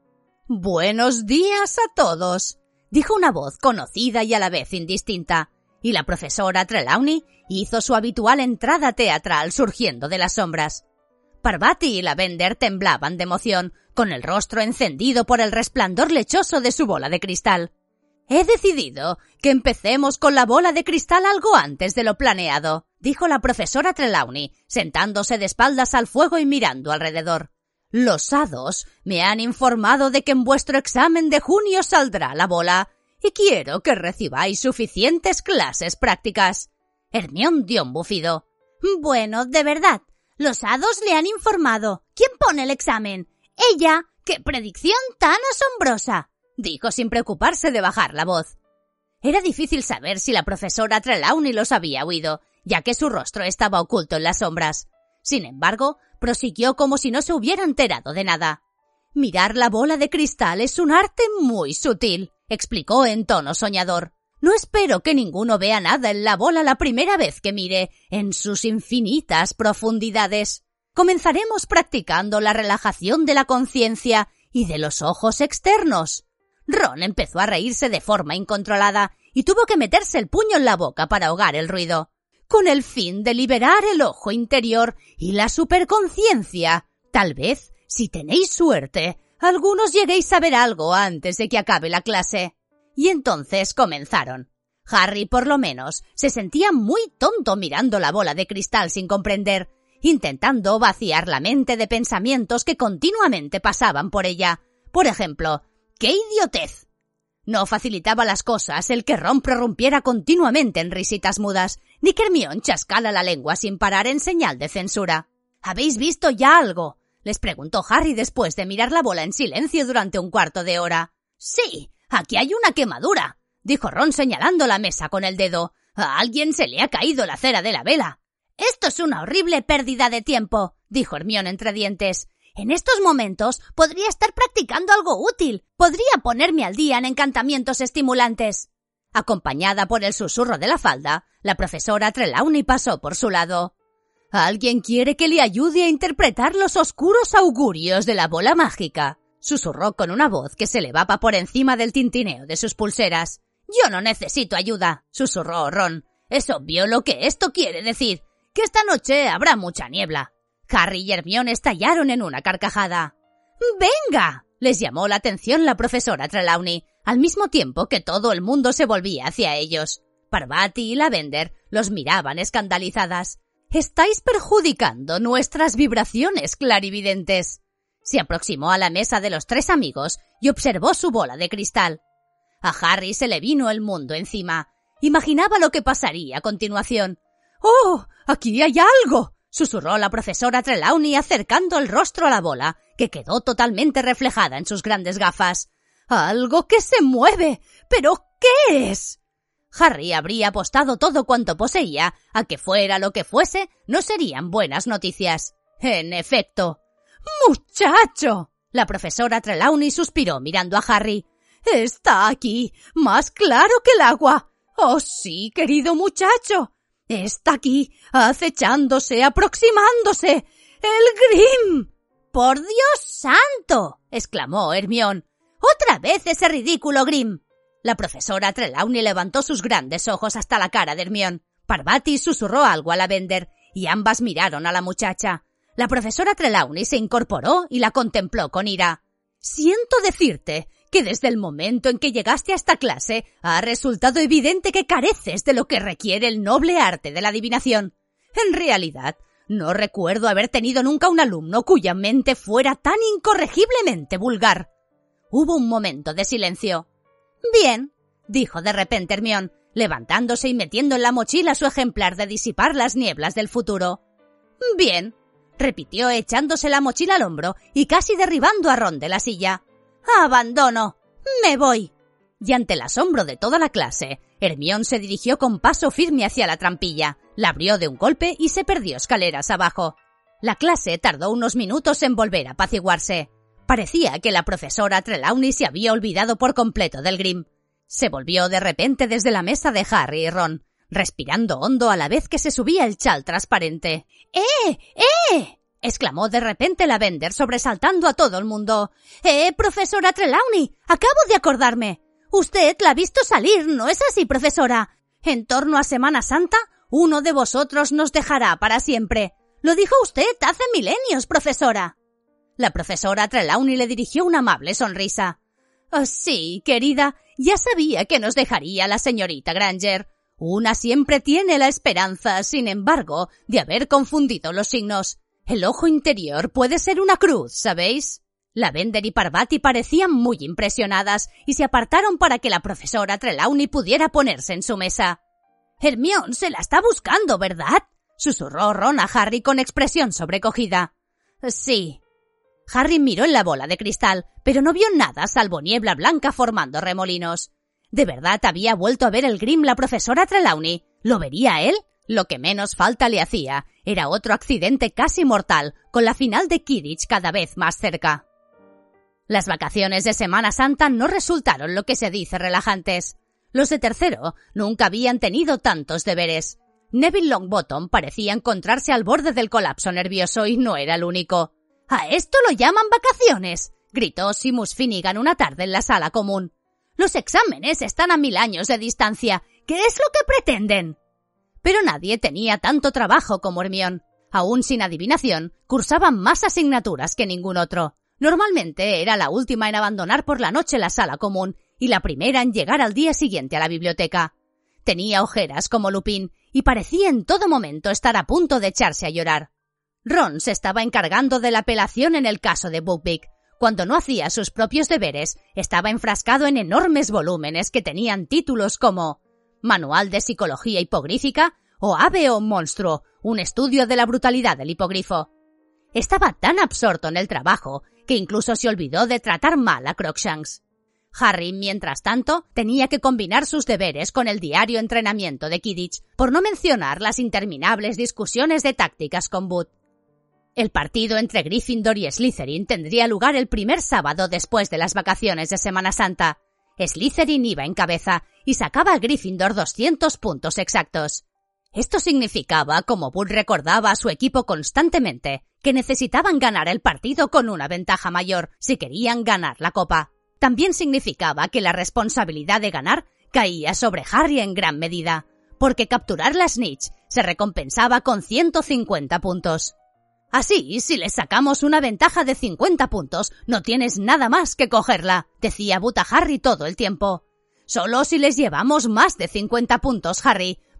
Buenos días a todos, dijo una voz conocida y a la vez indistinta, y la profesora Trelawney hizo su habitual entrada teatral surgiendo de las sombras. Parvati y Lavender temblaban de emoción, con el rostro encendido por el resplandor lechoso de su bola de cristal. He decidido que empecemos con la bola de cristal algo antes de lo planeado, dijo la profesora Trelawney, sentándose de espaldas al fuego y mirando alrededor. Los hados me han informado de que en vuestro examen de junio saldrá la bola, y quiero que recibáis suficientes clases prácticas. Hermione dio un bufido. Bueno, de verdad, los hados le han informado. ¿Quién pone el examen? Ella. ¡Qué predicción tan asombrosa!, dijo sin preocuparse de bajar la voz. Era difícil saber si la profesora Trelawney los había oído, ya que su rostro estaba oculto en las sombras. Sin embargo, prosiguió como si no se hubiera enterado de nada. Mirar la bola de cristal es un arte muy sutil, explicó en tono soñador. No espero que ninguno vea nada en la bola la primera vez que mire en sus infinitas profundidades. Comenzaremos practicando la relajación de la conciencia y de los ojos externos. Ron empezó a reírse de forma incontrolada y tuvo que meterse el puño en la boca para ahogar el ruido, con el fin de liberar el ojo interior y la superconciencia. Tal vez, si tenéis suerte, algunos lleguéis a ver algo antes de que acabe la clase. Y entonces comenzaron. Harry, por lo menos, se sentía muy tonto mirando la bola de cristal sin comprender, intentando vaciar la mente de pensamientos que continuamente pasaban por ella. Por ejemplo, ¡qué idiotez! No facilitaba las cosas el que Ron prorrumpiera continuamente en risitas mudas, ni que Hermione chascara la lengua sin parar en señal de censura. ¿Habéis visto ya algo?, les preguntó Harry después de mirar la bola en silencio durante un cuarto de hora. Sí, aquí hay una quemadura, dijo Ron señalando la mesa con el dedo. A alguien se le ha caído la cera de la vela. Esto es una horrible pérdida de tiempo, dijo Hermione entre dientes. En estos momentos podría estar practicando algo útil. Podría ponerme al día en encantamientos estimulantes. Acompañada por el susurro de la falda, la profesora Trelawney pasó por su lado. ¿Alguien quiere que le ayude a interpretar los oscuros augurios de la bola mágica?, susurró con una voz que se elevaba por encima del tintineo de sus pulseras. Yo no necesito ayuda, susurró Ron. Es obvio lo que esto quiere decir, que esta noche habrá mucha niebla. Harry y Hermione estallaron en una carcajada. ¡Venga!, les llamó la atención la profesora Trelawney, al mismo tiempo que todo el mundo se volvía hacia ellos. Parvati y Lavender los miraban escandalizadas. Estáis perjudicando nuestras vibraciones clarividentes. Se aproximó a la mesa de los tres amigos y observó su bola de cristal. A Harry se le vino el mundo encima. Imaginaba lo que pasaría a continuación. «¡Oh! ¡Aquí hay algo!», susurró la profesora Trelawney acercando el rostro a la bola, que quedó totalmente reflejada en sus grandes gafas. «¡Algo que se mueve! ¿Pero qué es?». Harry habría apostado todo cuanto poseía a que fuera lo que fuese, no serían buenas noticias. En efecto. «¡Muchacho!», la profesora Trelawney suspiró mirando a Harry. «Está aquí, más claro que el agua. Oh, sí, querido muchacho. Está aquí, acechándose, aproximándose. ¡El Grim!». «¡Por Dios santo!», exclamó Hermione. «¡Otra vez ese ridículo Grim!». La profesora Trelawney levantó sus grandes ojos hasta la cara de Hermione. Parvati susurró algo a Lavender y ambas miraron a la muchacha. La profesora Trelawney se incorporó y la contempló con ira. «Siento decirte que desde el momento en que llegaste a esta clase ha resultado evidente que careces de lo que requiere el noble arte de la adivinación. En realidad, no recuerdo haber tenido nunca un alumno cuya mente fuera tan incorregiblemente vulgar». Hubo un momento de silencio. «Bien», dijo de repente Hermione, levantándose y metiendo en la mochila su ejemplar de disipar las nieblas del futuro. «Bien», repitió echándose la mochila al hombro y casi derribando a Ron de la silla. «Abandono. Me voy». Y ante el asombro de toda la clase, Hermione se dirigió con paso firme hacia la trampilla, la abrió de un golpe y se perdió escaleras abajo. La clase tardó unos minutos en volver a apaciguarse. Parecía que la profesora Trelawney se había olvidado por completo del Grim. Se volvió de repente desde la mesa de Harry y Ron, respirando hondo a la vez que se subía el chal transparente. «¡Eh! ¡Eh!», exclamó de repente Lavender sobresaltando a todo el mundo. «Eh, profesora Trelawney, acabo de acordarme. Usted la ha visto salir, ¿no es así, profesora? En torno a Semana Santa, uno de vosotros nos dejará para siempre. Lo dijo usted hace milenios, profesora». La profesora Trelawney le dirigió una amable sonrisa. «Oh, sí, querida, ya sabía que nos dejaría la señorita Granger. Una siempre tiene la esperanza, sin embargo, de haber confundido los signos. El ojo interior puede ser una cruz, ¿sabéis?». Lavender y Parvati parecían muy impresionadas y se apartaron para que la profesora Trelawney pudiera ponerse en su mesa. «Hermione se la está buscando, ¿verdad?», susurró Ron a Harry con expresión sobrecogida. «Sí». Harry miró en la bola de cristal, pero no vio nada salvo niebla blanca formando remolinos. ¿De verdad había vuelto a ver el Grim la profesora Trelawney? ¿Lo vería él? Lo que menos falta le hacía era otro accidente casi mortal, con la final de Quidditch cada vez más cerca. Las vacaciones de Semana Santa no resultaron lo que se dice relajantes. Los de tercero nunca habían tenido tantos deberes. Neville Longbottom parecía encontrarse al borde del colapso nervioso y no era el único. «¿A esto lo llaman vacaciones?», gritó Seamus Finnegan una tarde en la sala común. «Los exámenes están a mil años de distancia. ¿Qué es lo que pretenden?». Pero nadie tenía tanto trabajo como Hermione. Aún sin adivinación, cursaban más asignaturas que ningún otro. Normalmente era la última en abandonar por la noche la sala común y la primera en llegar al día siguiente a la biblioteca. Tenía ojeras como Lupin y parecía en todo momento estar a punto de echarse a llorar. Ron se estaba encargando de la apelación en el caso de Buckbeak. Cuando no hacía sus propios deberes, estaba enfrascado en enormes volúmenes que tenían títulos como Manual de Psicología Hipogrífica o Ave o Monstruo, un estudio de la brutalidad del hipogrifo. Estaba tan absorto en el trabajo que incluso se olvidó de tratar mal a Crookshanks. Harry, mientras tanto, tenía que combinar sus deberes con el diario entrenamiento de Quidditch, por no mencionar las interminables discusiones de tácticas con Bud. El partido entre Gryffindor y Slytherin tendría lugar el primer sábado después de las vacaciones de Semana Santa. Slytherin iba en cabeza y sacaba a Gryffindor doscientos puntos exactos. Esto significaba, como Bud recordaba a su equipo constantemente, que necesitaban ganar el partido con una ventaja mayor si querían ganar la copa. También significaba que la responsabilidad de ganar caía sobre Harry en gran medida, porque capturar la Snitch se recompensaba con ciento cincuenta puntos. Así, si les sacamos una ventaja de cincuenta puntos, no tienes nada más que cogerla, decía Bud a Harry todo el tiempo. Solo si les llevamos más de cincuenta puntos, Harry,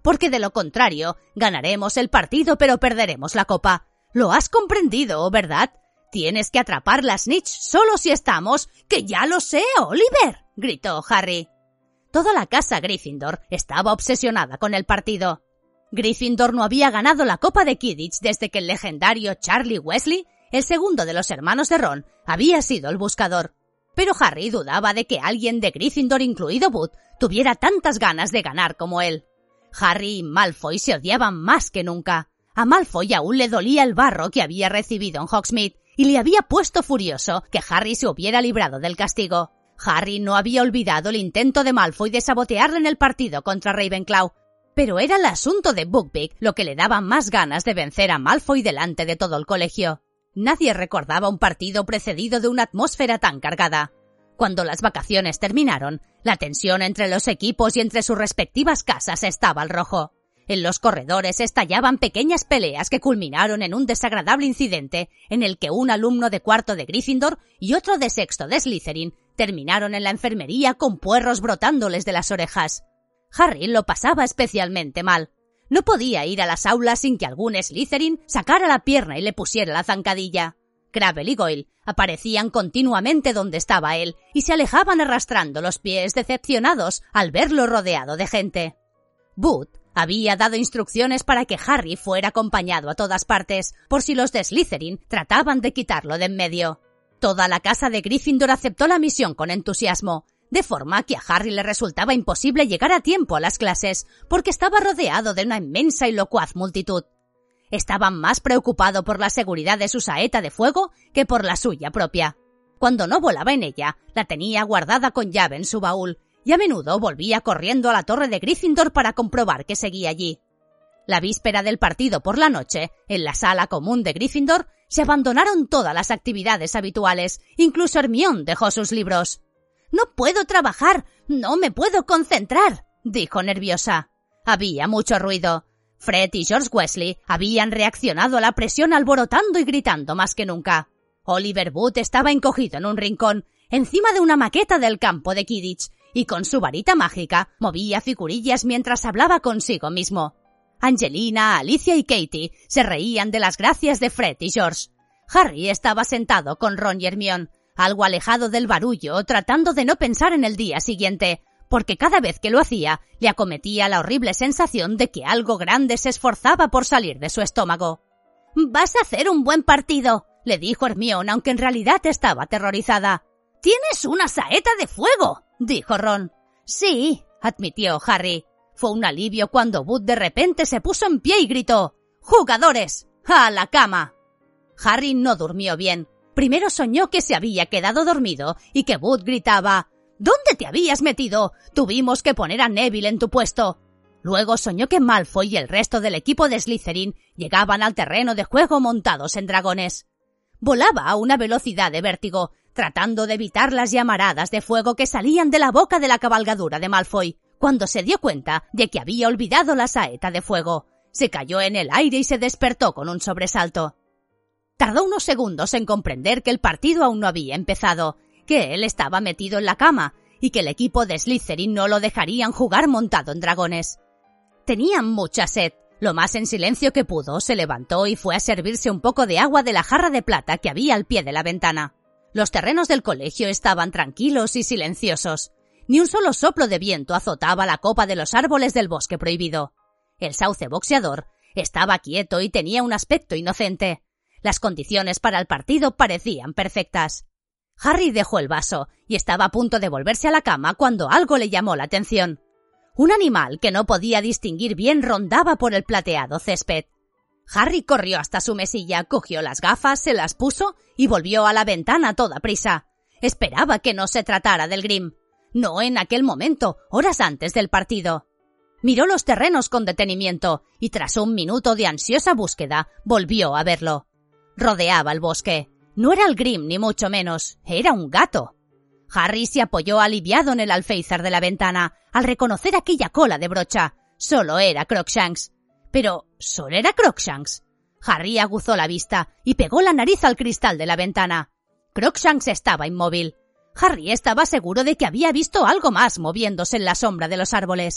porque de lo contrario ganaremos el partido pero perderemos la copa. Lo has comprendido, ¿verdad? Tienes que atrapar la snitch solo si estamos... ¡Que ya lo sé, Oliver!, gritó Harry. Toda la casa Gryffindor estaba obsesionada con el partido. Gryffindor no había ganado la Copa de Quidditch desde que el legendario Charlie Weasley, el segundo de los hermanos de Ron, había sido el buscador. Pero Harry dudaba de que alguien de Gryffindor, incluido Bud, tuviera tantas ganas de ganar como él. Harry y Malfoy se odiaban más que nunca. A Malfoy aún le dolía el barro que había recibido en Hogsmeade y le había puesto furioso que Harry se hubiera librado del castigo. Harry no había olvidado el intento de Malfoy de sabotearle en el partido contra Ravenclaw, pero era el asunto de Buckbeak lo que le daba más ganas de vencer a Malfoy delante de todo el colegio. Nadie recordaba un partido precedido de una atmósfera tan cargada. Cuando las vacaciones terminaron, la tensión entre los equipos y entre sus respectivas casas estaba al rojo. En los corredores estallaban pequeñas peleas que culminaron en un desagradable incidente en el que un alumno de cuarto de Gryffindor y otro de sexto de Slytherin terminaron en la enfermería con puerros brotándoles de las orejas. Harry lo pasaba especialmente mal. No podía ir a las aulas sin que algún Slytherin sacara la pierna y le pusiera la zancadilla. Crabbe y Goyle aparecían continuamente donde estaba él y se alejaban arrastrando los pies decepcionados al verlo rodeado de gente. Bud había dado instrucciones para que Harry fuera acompañado a todas partes, por si los de Slytherin trataban de quitarlo de en medio. Toda la casa de Gryffindor aceptó la misión con entusiasmo, de forma que a Harry le resultaba imposible llegar a tiempo a las clases, porque estaba rodeado de una inmensa y locuaz multitud. Estaba más preocupado por la seguridad de su saeta de fuego que por la suya propia. Cuando no volaba en ella, la tenía guardada con llave en su baúl, y a menudo volvía corriendo a la torre de Gryffindor para comprobar que seguía allí. La víspera del partido por la noche, en la sala común de Gryffindor, se abandonaron todas las actividades habituales, incluso Hermione dejó sus libros. «No puedo trabajar, no me puedo concentrar», dijo nerviosa. Había mucho ruido. Fred y George Weasley habían reaccionado a la presión alborotando y gritando más que nunca. Oliver Wood estaba encogido en un rincón, encima de una maqueta del campo de Quidditch, y con su varita mágica movía figurillas mientras hablaba consigo mismo. Angelina, Alicia y Katie se reían de las gracias de Fred y George. Harry estaba sentado con Ron y Hermione, algo alejado del barullo, tratando de no pensar en el día siguiente, porque cada vez que lo hacía le acometía la horrible sensación de que algo grande se esforzaba por salir de su estómago. «Vas a hacer un buen partido», le dijo Hermione, aunque en realidad estaba aterrorizada. «¡Tienes una saeta de fuego!», dijo Ron. «Sí», admitió Harry. Fue un alivio cuando Bud de repente se puso en pie y gritó: «¡Jugadores! ¡A la cama!». Harry no durmió bien. Primero soñó que se había quedado dormido y que Bud gritaba: «¿Dónde te habías metido? Tuvimos que poner a Neville en tu puesto». Luego soñó que Malfoy y el resto del equipo de Slytherin llegaban al terreno de juego montados en dragones. Volaba a una velocidad de vértigo, tratando de evitar las llamaradas de fuego que salían de la boca de la cabalgadura de Malfoy, cuando se dio cuenta de que había olvidado la saeta de fuego. Se cayó en el aire y se despertó con un sobresalto. Tardó unos segundos en comprender que el partido aún no había empezado, que él estaba metido en la cama y que el equipo de Slytherin no lo dejarían jugar montado en dragones. Tenían mucha sed. Lo más en silencio que pudo, se levantó y fue a servirse un poco de agua de la jarra de plata que había al pie de la ventana. Los terrenos del colegio estaban tranquilos y silenciosos. Ni un solo soplo de viento azotaba la copa de los árboles del bosque prohibido. El sauce boxeador estaba quieto y tenía un aspecto inocente. Las condiciones para el partido parecían perfectas. Harry dejó el vaso y estaba a punto de volverse a la cama cuando algo le llamó la atención. Un animal que no podía distinguir bien rondaba por el plateado césped. Harry corrió hasta su mesilla, cogió las gafas, se las puso y volvió a la ventana a toda prisa. Esperaba que no se tratara del Grim. No en aquel momento, horas antes del partido. Miró los terrenos con detenimiento y tras un minuto de ansiosa búsqueda, volvió a verlo. Rodeaba el bosque. No era el Grim ni mucho menos, era un gato. Harry se apoyó aliviado en el alféizar de la ventana al reconocer aquella cola de brocha. Solo era Crookshanks. Pero, ¿solo era Crookshanks? Harry aguzó la vista y pegó la nariz al cristal de la ventana. Crookshanks estaba inmóvil. Harry estaba seguro de que había visto algo más moviéndose en la sombra de los árboles.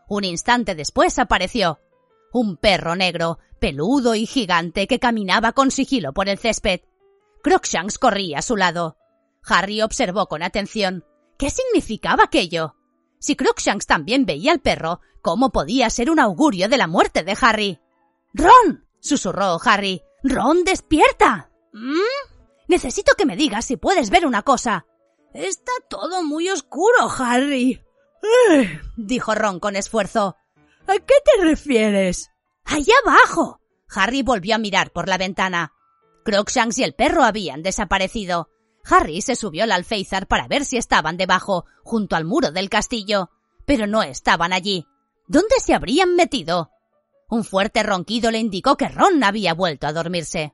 Un instante después apareció un perro negro, peludo y gigante que caminaba con sigilo por el césped. Crookshanks corría a su lado. Harry observó con atención. ¿Qué significaba aquello? Si Crookshanks también veía al perro, ¿cómo podía ser un augurio de la muerte de Harry? —¡Ron! —susurró Harry. —¡Ron, despierta! ¿Mm? Necesito que me digas si puedes ver una cosa. —Está todo muy oscuro, Harry —dijo Ron con esfuerzo. —¿A qué te refieres? —¡Allá abajo! Harry volvió a mirar por la ventana. Crookshanks y el perro habían desaparecido. Harry se subió al alféizar para ver si estaban debajo, junto al muro del castillo, pero no estaban allí. ¿Dónde se habrían metido? Un fuerte ronquido le indicó que Ron había vuelto a dormirse.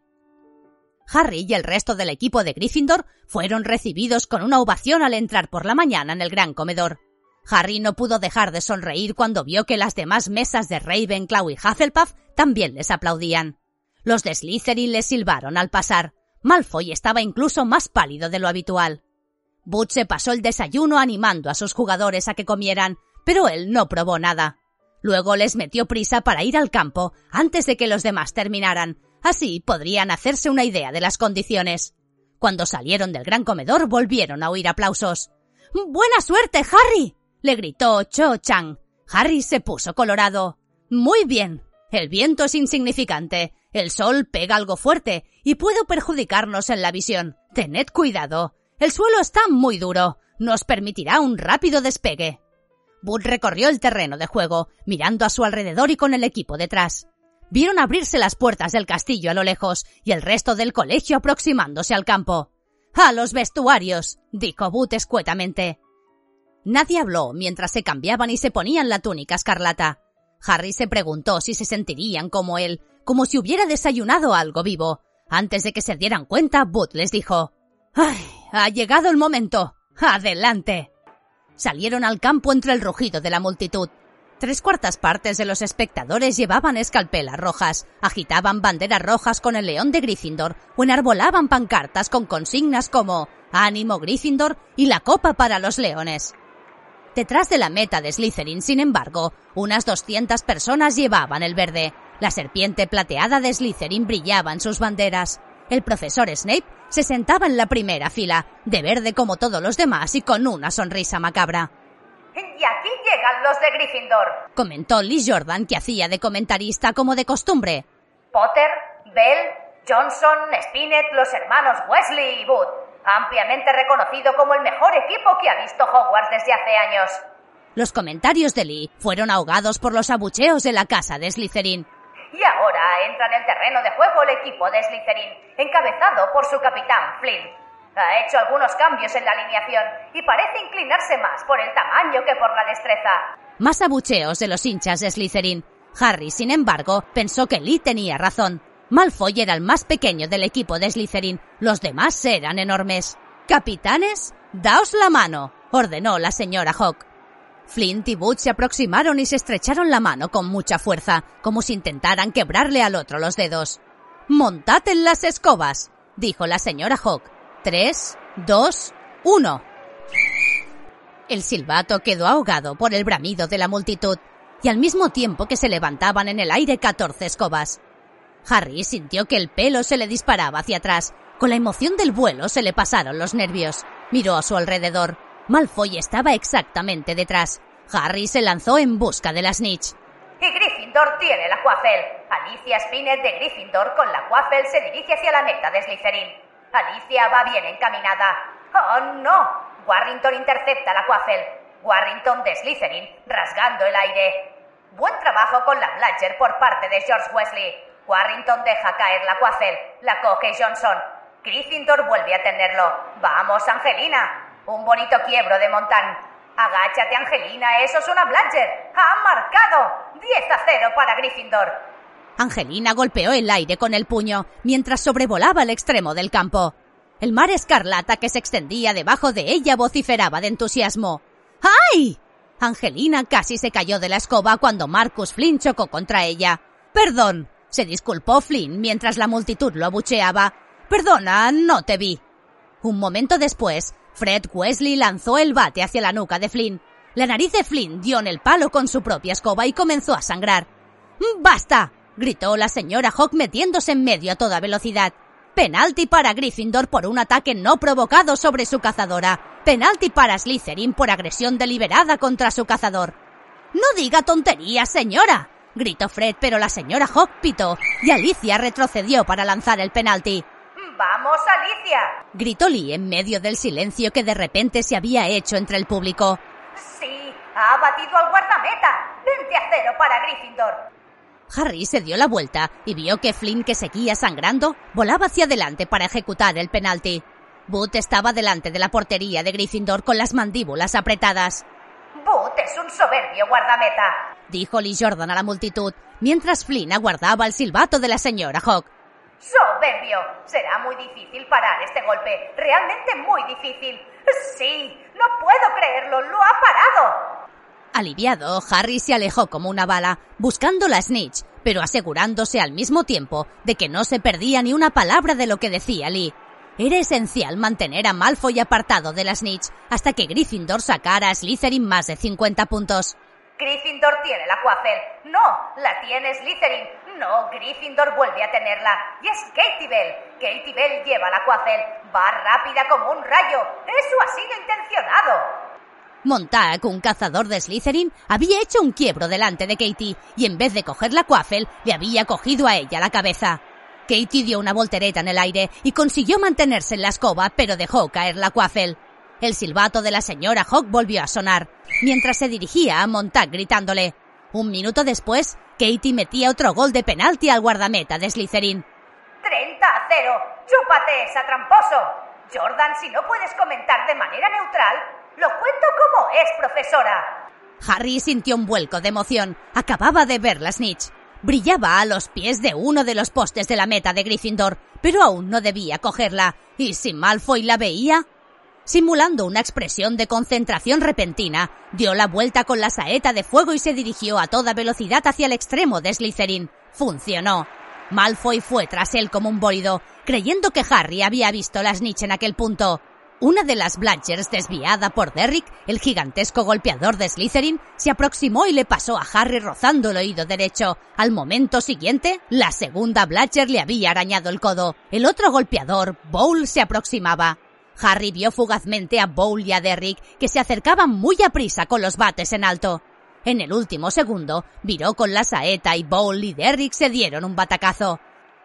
Harry y el resto del equipo de Gryffindor fueron recibidos con una ovación al entrar por la mañana en el gran comedor. Harry no pudo dejar de sonreír cuando vio que las demás mesas de Ravenclaw y Hufflepuff también les aplaudían. Los de Slytherin les silbaron al pasar. Malfoy estaba incluso más pálido de lo habitual. Butch se pasó el desayuno animando a sus jugadores a que comieran, pero él no probó nada. Luego les metió prisa para ir al campo antes de que los demás terminaran. Así podrían hacerse una idea de las condiciones. Cuando salieron del gran comedor volvieron a oír aplausos. —¡Buena suerte, Harry! —le gritó Cho Chang. Harry se puso colorado. —Muy bien. El viento es insignificante. El sol pega algo fuerte y puede perjudicarnos en la visión. Tened cuidado. El suelo está muy duro. Nos permitirá un rápido despegue. Bud recorrió el terreno de juego, mirando a su alrededor y con el equipo detrás. Vieron abrirse las puertas del castillo a lo lejos y el resto del colegio aproximándose al campo. —¡A los vestuarios! —dijo Bud escuetamente. Nadie habló mientras se cambiaban y se ponían la túnica escarlata. Harry se preguntó si se sentirían como él, como si hubiera desayunado algo vivo. Antes de que se dieran cuenta, Bud les dijo: —¡Ay! Ha llegado el momento. ¡Adelante! Salieron al campo entre el rugido de la multitud. Tres cuartas partes de los espectadores llevaban escalpelas rojas, agitaban banderas rojas con el león de Gryffindor o enarbolaban pancartas con consignas como «Ánimo Gryffindor» y «La copa para los leones». Detrás de la meta de Slytherin, sin embargo, unas doscientas personas llevaban el verde. La serpiente plateada de Slytherin brillaba en sus banderas. El profesor Snape se sentaba en la primera fila, de verde como todos los demás y con una sonrisa macabra. «Y aquí llegan los de Gryffindor», comentó Lee Jordan, que hacía de comentarista como de costumbre. «Potter, Bell, Johnson, Spinnet, los hermanos Weasley y Wood, ampliamente reconocido como el mejor equipo que ha visto Hogwarts desde hace años». Los comentarios de Lee fueron ahogados por los abucheos de la casa de Slytherin. Y ahora entra en el terreno de juego el equipo de Slytherin, encabezado por su capitán, Flynn. Ha hecho algunos cambios en la alineación y parece inclinarse más por el tamaño que por la destreza. Más abucheos de los hinchas de Slytherin. Harry, sin embargo, pensó que Lee tenía razón. Malfoy era el más pequeño del equipo de Slytherin. Los demás eran enormes. «Capitanes, daos la mano», ordenó la señora Hawk. Flint y Butch se aproximaron y se estrecharon la mano con mucha fuerza, como si intentaran quebrarle al otro los dedos. «Montad en las escobas», dijo la señora Hawk. Tres, dos, uno. El silbato quedó ahogado por el bramido de la multitud, y al mismo tiempo que se levantaban en el aire catorce escobas. Harry sintió que el pelo se le disparaba hacia atrás. Con la emoción del vuelo se le pasaron los nervios. Miró a su alrededor. Malfoy estaba exactamente detrás. Harry se lanzó en busca de la snitch. Y Gryffindor tiene la Quaffle. Alicia Spinnet de Gryffindor con la Quaffle se dirige hacia la meta de Slytherin. Alicia va bien encaminada. ¡Oh, no! Warrington intercepta la Quaffle. Warrington de Slytherin, rasgando el aire. Buen trabajo con la Bludger por parte de George Weasley. Warrington deja caer la Quaffle. La coge Johnson. Gryffindor vuelve a tenerlo. ¡Vamos, Angelina! Un bonito quiebro de Montan. Agáchate, Angelina, eso es una Bludger. ¡Ha marcado! diez a cero para Gryffindor. Angelina golpeó el aire con el puño mientras sobrevolaba el extremo del campo. El mar escarlata que se extendía debajo de ella vociferaba de entusiasmo. ¡Ay! Angelina casi se cayó de la escoba cuando Marcus Flynn chocó contra ella. «Perdón», se disculpó Flynn mientras la multitud lo abucheaba. «Perdona, no te vi». Un momento después, Fred Weasley lanzó el bate hacia la nuca de Flynn. La nariz de Flynn dio en el palo con su propia escoba y comenzó a sangrar. ¡Basta!, gritó la señora Hawk metiéndose en medio a toda velocidad. Penalti para Gryffindor por un ataque no provocado sobre su cazadora. Penalti para Slytherin por agresión deliberada contra su cazador. ¡No diga tonterías, señora!, gritó Fred, pero la señora Hawk pitó y Alicia retrocedió para lanzar el penalti. ¡Vamos, Alicia!, gritó Lee en medio del silencio que de repente se había hecho entre el público. ¡Sí! ¡Ha batido al guardameta! ¡veinte a cero para Gryffindor! Harry se dio la vuelta y vio que Flynn, que seguía sangrando, volaba hacia adelante para ejecutar el penalti. Boot estaba delante de la portería de Gryffindor con las mandíbulas apretadas. Boot es un soberbio guardameta, dijo Lee Jordan a la multitud, mientras Flynn aguardaba el silbato de la señora Hawk. ¡Soberbio! Será muy difícil parar este golpe. Realmente muy difícil. ¡Sí! ¡No puedo creerlo! ¡Lo ha parado! Aliviado, Harry se alejó como una bala, buscando la snitch, pero asegurándose al mismo tiempo de que no se perdía ni una palabra de lo que decía Lee. Era esencial mantener a Malfoy apartado de la snitch hasta que Gryffindor sacara a Slytherin más de cincuenta puntos. Gryffindor tiene la Quaffle. No, la tiene Slytherin. No, Gryffindor vuelve a tenerla. Y es Katie Bell. Katie Bell lleva la Quaffle. Va rápida como un rayo. Eso ha sido intencionado. Montag, un cazador de Slytherin, había hecho un quiebro delante de Katie y en vez de coger la Quaffle, le había cogido a ella la cabeza. Katie dio una voltereta en el aire y consiguió mantenerse en la escoba, pero dejó caer la Quaffle. El silbato de la señora Hawk volvió a sonar, mientras se dirigía a Montag gritándole. Un minuto después, Katie metía otro gol de penalti al guardameta de Slytherin. ¡treinta a cero! ¡Chúpate esa, tramposo! Jordan, si no puedes comentar de manera neutral, lo cuento como es, profesora. Harry sintió un vuelco de emoción. Acababa de ver la snitch. Brillaba a los pies de uno de los postes de la meta de Gryffindor, pero aún no debía cogerla. ¿Y si Malfoy la veía? Simulando una expresión de concentración repentina, dio la vuelta con la saeta de fuego y se dirigió a toda velocidad hacia el extremo de Slytherin. Funcionó. Malfoy fue tras él como un bólido, creyendo que Harry había visto la snitch en aquel punto. Una de las Bludgers, desviada por Derrick, el gigantesco golpeador de Slytherin, se aproximó y le pasó a Harry rozando el oído derecho. Al momento siguiente, la segunda Bludger le había arañado el codo. El otro golpeador, Bowl, se aproximaba. Harry vio fugazmente a Bowl y a Derrick, que se acercaban muy aprisa con los bates en alto. En el último segundo, viró con la saeta y Bowl y Derrick se dieron un batacazo.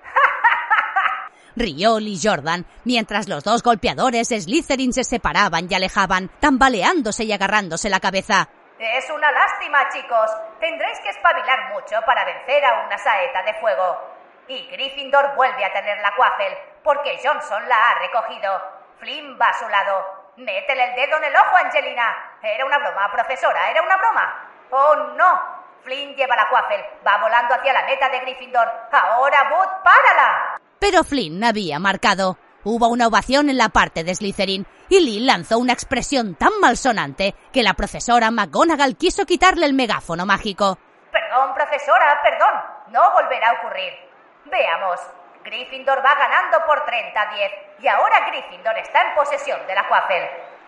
Rió Lee Jordan, mientras los dos golpeadores Slytherin se separaban y alejaban, tambaleándose y agarrándose la cabeza. Es una lástima, chicos. Tendréis que espabilar mucho para vencer a una saeta de fuego. Y Gryffindor vuelve a tener la Quaffle, porque Johnson la ha recogido. Flynn va a su lado. Métele el dedo en el ojo, Angelina. Era una broma, profesora, era una broma. ¡Oh, no! Flynn lleva la Quaffle, va volando hacia la meta de Gryffindor. ¡Ahora, Boot, párala! Pero Flynn había marcado. Hubo una ovación en la parte de Slytherin y Lee lanzó una expresión tan malsonante que la profesora McGonagall quiso quitarle el megáfono mágico. Perdón, profesora, perdón. No volverá a ocurrir. Veamos. Gryffindor va ganando por treinta a diez y ahora Gryffindor está en posesión de la Quaffle.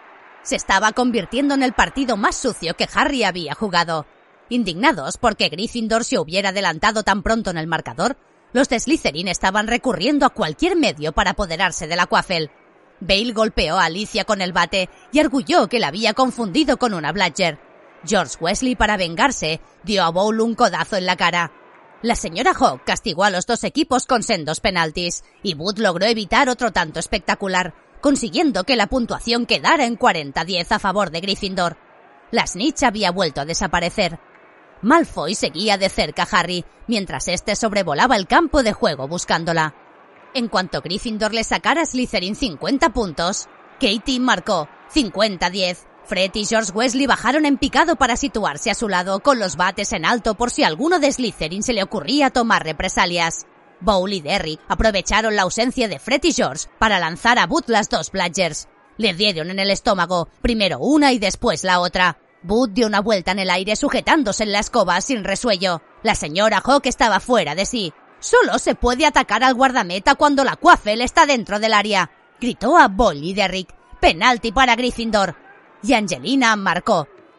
Se estaba convirtiendo en el partido más sucio que Harry había jugado. Indignados porque Gryffindor se hubiera adelantado tan pronto en el marcador, los de Slytherin estaban recurriendo a cualquier medio para apoderarse de la Quaffle. Bale golpeó a Alicia con el bate y arguyó que la había confundido con una Bludger. George Weasley, para vengarse, dio a Bowl un codazo en la cara. La señora Hawk castigó a los dos equipos con sendos penaltis y Boot logró evitar otro tanto espectacular, consiguiendo que la puntuación quedara en cuarenta a diez a favor de Gryffindor. La snitch había vuelto a desaparecer. Malfoy seguía de cerca a Harry, mientras éste sobrevolaba el campo de juego buscándola. En cuanto Gryffindor le sacara a Slytherin cincuenta puntos, Katie marcó cincuenta a diez. Fred y George Weasley bajaron en picado para situarse a su lado, con los bates en alto por si a alguno de Slytherin se le ocurría tomar represalias. Bowl y Derrick aprovecharon la ausencia de Fred y George para lanzar a Boot las dos Bludgers. Le dieron en el estómago, primero una y después la otra. Boot dio una vuelta en el aire sujetándose en la escoba sin resuello. La señora Hawk estaba fuera de sí. Solo se puede atacar al guardameta cuando la Quaffle está dentro del área, gritó a Bowl y Derrick. Penalti para Gryffindor. Y Angelina marcó.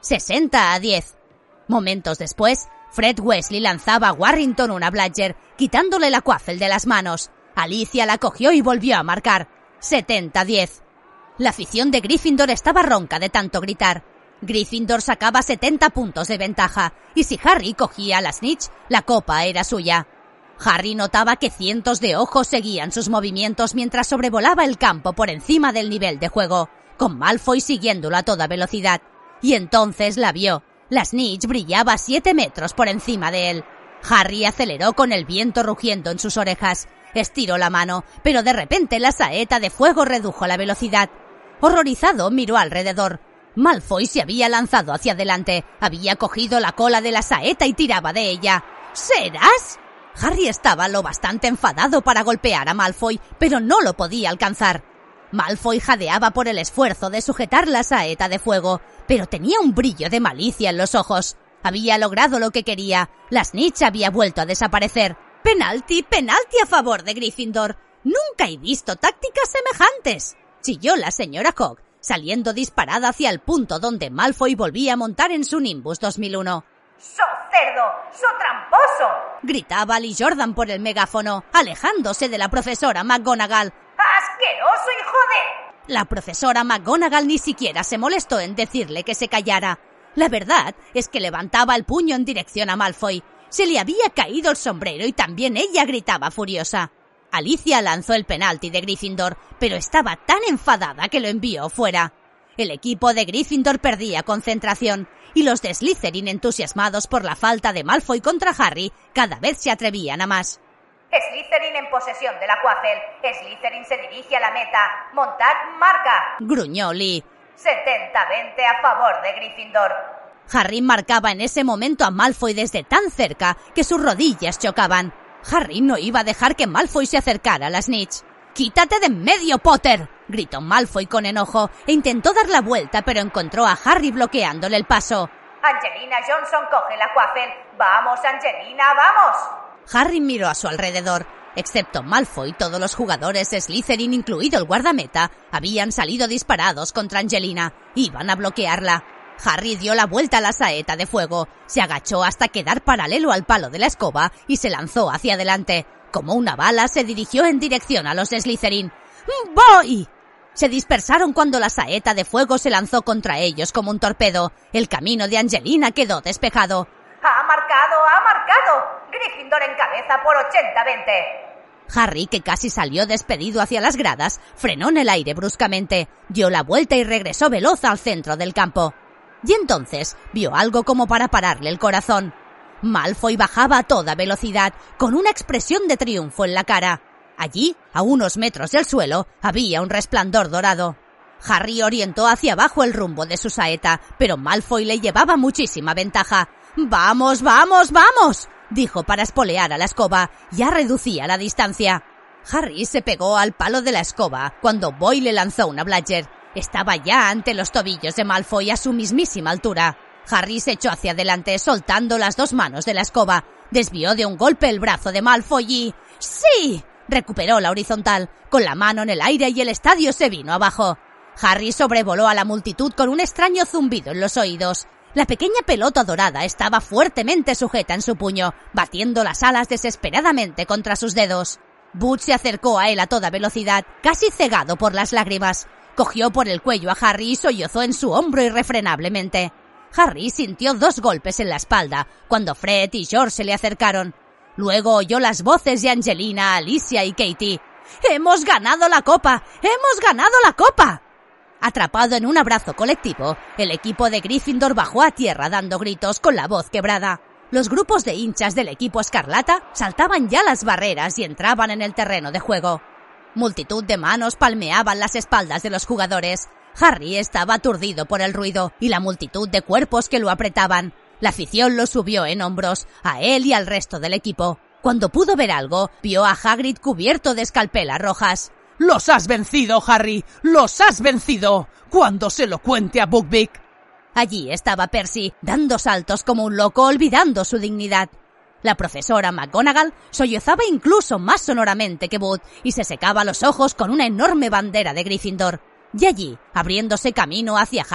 sesenta a diez. Momentos después, Fred Weasley lanzaba a Warrington una Bludger, quitándole la Quaffle de las manos. Alicia la cogió y volvió a marcar. setenta a diez. La afición de Gryffindor estaba ronca de tanto gritar. Gryffindor sacaba setenta puntos de ventaja, y si Harry cogía a la Snitch, la copa era suya. Harry notaba que cientos de ojos seguían sus movimientos mientras sobrevolaba el campo por encima del nivel de juego, con Malfoy siguiéndolo a toda velocidad. Y entonces la vio. La Snitch brillaba a siete metros por encima de él. Harry aceleró con el viento rugiendo en sus orejas. Estiró la mano, pero de repente la saeta de fuego redujo la velocidad. Horrorizado, miró alrededor. Malfoy se había lanzado hacia adelante, había cogido la cola de la saeta y tiraba de ella. ¿Serás? Harry estaba lo bastante enfadado para golpear a Malfoy, pero no lo podía alcanzar. Malfoy jadeaba por el esfuerzo de sujetar la saeta de fuego, pero tenía un brillo de malicia en los ojos. Había logrado lo que quería. La Snitch había vuelto a desaparecer. ¡Penalti, penalti a favor de Gryffindor! ¡Nunca he visto tácticas semejantes!, chilló la señora Hogg, saliendo disparada hacia el punto donde Malfoy volvía a montar en su Nimbus dos mil uno. ¡So cerdo! ¡So tramposo!, gritaba Lee Jordan por el megáfono, alejándose de la profesora McGonagall. ¡Asqueroso hijo de...! La profesora McGonagall ni siquiera se molestó en decirle que se callara. La verdad es que levantaba el puño en dirección a Malfoy. Se le había caído el sombrero y también ella gritaba furiosa. Alicia lanzó el penalti de Gryffindor, pero estaba tan enfadada que lo envió fuera. El equipo de Gryffindor perdía concentración, y los de Slytherin, entusiasmados por la falta de Malfoy contra Harry, cada vez se atrevían a más. Slytherin en posesión de la Quaffle. Slytherin se dirige a la meta. Montag marca, gruñó Lee. setenta a veinte a favor de Gryffindor. Harry marcaba en ese momento a Malfoy desde tan cerca que sus rodillas chocaban. Harry no iba a dejar que Malfoy se acercara a la Snitch. ¡Quítate de en medio, Potter!, gritó Malfoy con enojo e intentó dar la vuelta, pero encontró a Harry bloqueándole el paso. Angelina Johnson coge la Quaffle. ¡Vamos, Angelina, vamos! Harry miró a su alrededor. Excepto Malfoy, todos los jugadores de Slytherin, incluido el guardameta, habían salido disparados contra Angelina. Iban a bloquearla. Harry dio la vuelta a la saeta de fuego, se agachó hasta quedar paralelo al palo de la escoba y se lanzó hacia adelante. Como una bala, se dirigió en dirección a los de Slytherin. ¡Voy! Se dispersaron cuando la saeta de fuego se lanzó contra ellos como un torpedo. El camino de Angelina quedó despejado. ¡Ha marcado, ha marcado! Gryffindor en cabeza por ochenta a veinte. Harry, que casi salió despedido hacia las gradas, frenó en el aire bruscamente, dio la vuelta y regresó veloz al centro del campo. Y entonces vio algo como para pararle el corazón. Malfoy bajaba a toda velocidad, con una expresión de triunfo en la cara. Allí, a unos metros del suelo, había un resplandor dorado. Harry orientó hacia abajo el rumbo de su saeta, pero Malfoy le llevaba muchísima ventaja. ¡Vamos, vamos, vamos!, dijo para espolear a la escoba. Ya reducía la distancia. Harry se pegó al palo de la escoba cuando Boy le lanzó una Bludger. Estaba ya ante los tobillos de Malfoy a su mismísima altura. Harry se echó hacia adelante soltando las dos manos de la escoba. Desvió de un golpe el brazo de Malfoy y... ¡sí!, recuperó la horizontal, con la mano en el aire, y el estadio se vino abajo. Harry sobrevoló a la multitud con un extraño zumbido en los oídos. La pequeña pelota dorada estaba fuertemente sujeta en su puño, batiendo las alas desesperadamente contra sus dedos. Butch se acercó a él a toda velocidad, casi cegado por las lágrimas. Cogió por el cuello a Harry y sollozó en su hombro irrefrenablemente. Harry sintió dos golpes en la espalda cuando Fred y George se le acercaron. Luego oyó las voces de Angelina, Alicia y Katie. ¡Hemos ganado la copa! ¡Hemos ganado la copa! Atrapado en un abrazo colectivo, el equipo de Gryffindor bajó a tierra dando gritos con la voz quebrada. Los grupos de hinchas del equipo escarlata saltaban ya las barreras y entraban en el terreno de juego. Multitud de manos palmeaban las espaldas de los jugadores. Harry estaba aturdido por el ruido y la multitud de cuerpos que lo apretaban. La afición lo subió en hombros, a él y al resto del equipo. Cuando pudo ver algo, vio a Hagrid cubierto de escalpelas rojas. ¡Los has vencido, Harry! ¡Los has vencido! ¡Cuando se lo cuente a Buckbeak! Allí estaba Percy, dando saltos como un loco, olvidando su dignidad. La profesora McGonagall sollozaba incluso más sonoramente que Bud y se secaba los ojos con una enorme bandera de Gryffindor. Y allí, abriéndose camino hacia Harry,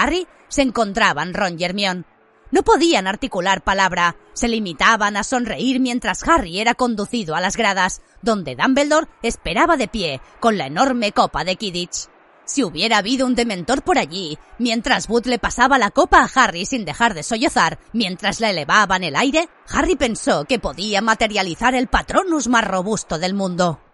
se encontraban Ron y Hermione. No podían articular palabra, se limitaban a sonreír mientras Harry era conducido a las gradas, donde Dumbledore esperaba de pie con la enorme copa de Quidditch. Si hubiera habido un dementor por allí, mientras Wood le pasaba la copa a Harry sin dejar de sollozar, mientras la elevaba en el aire, Harry pensó que podía materializar el Patronus más robusto del mundo.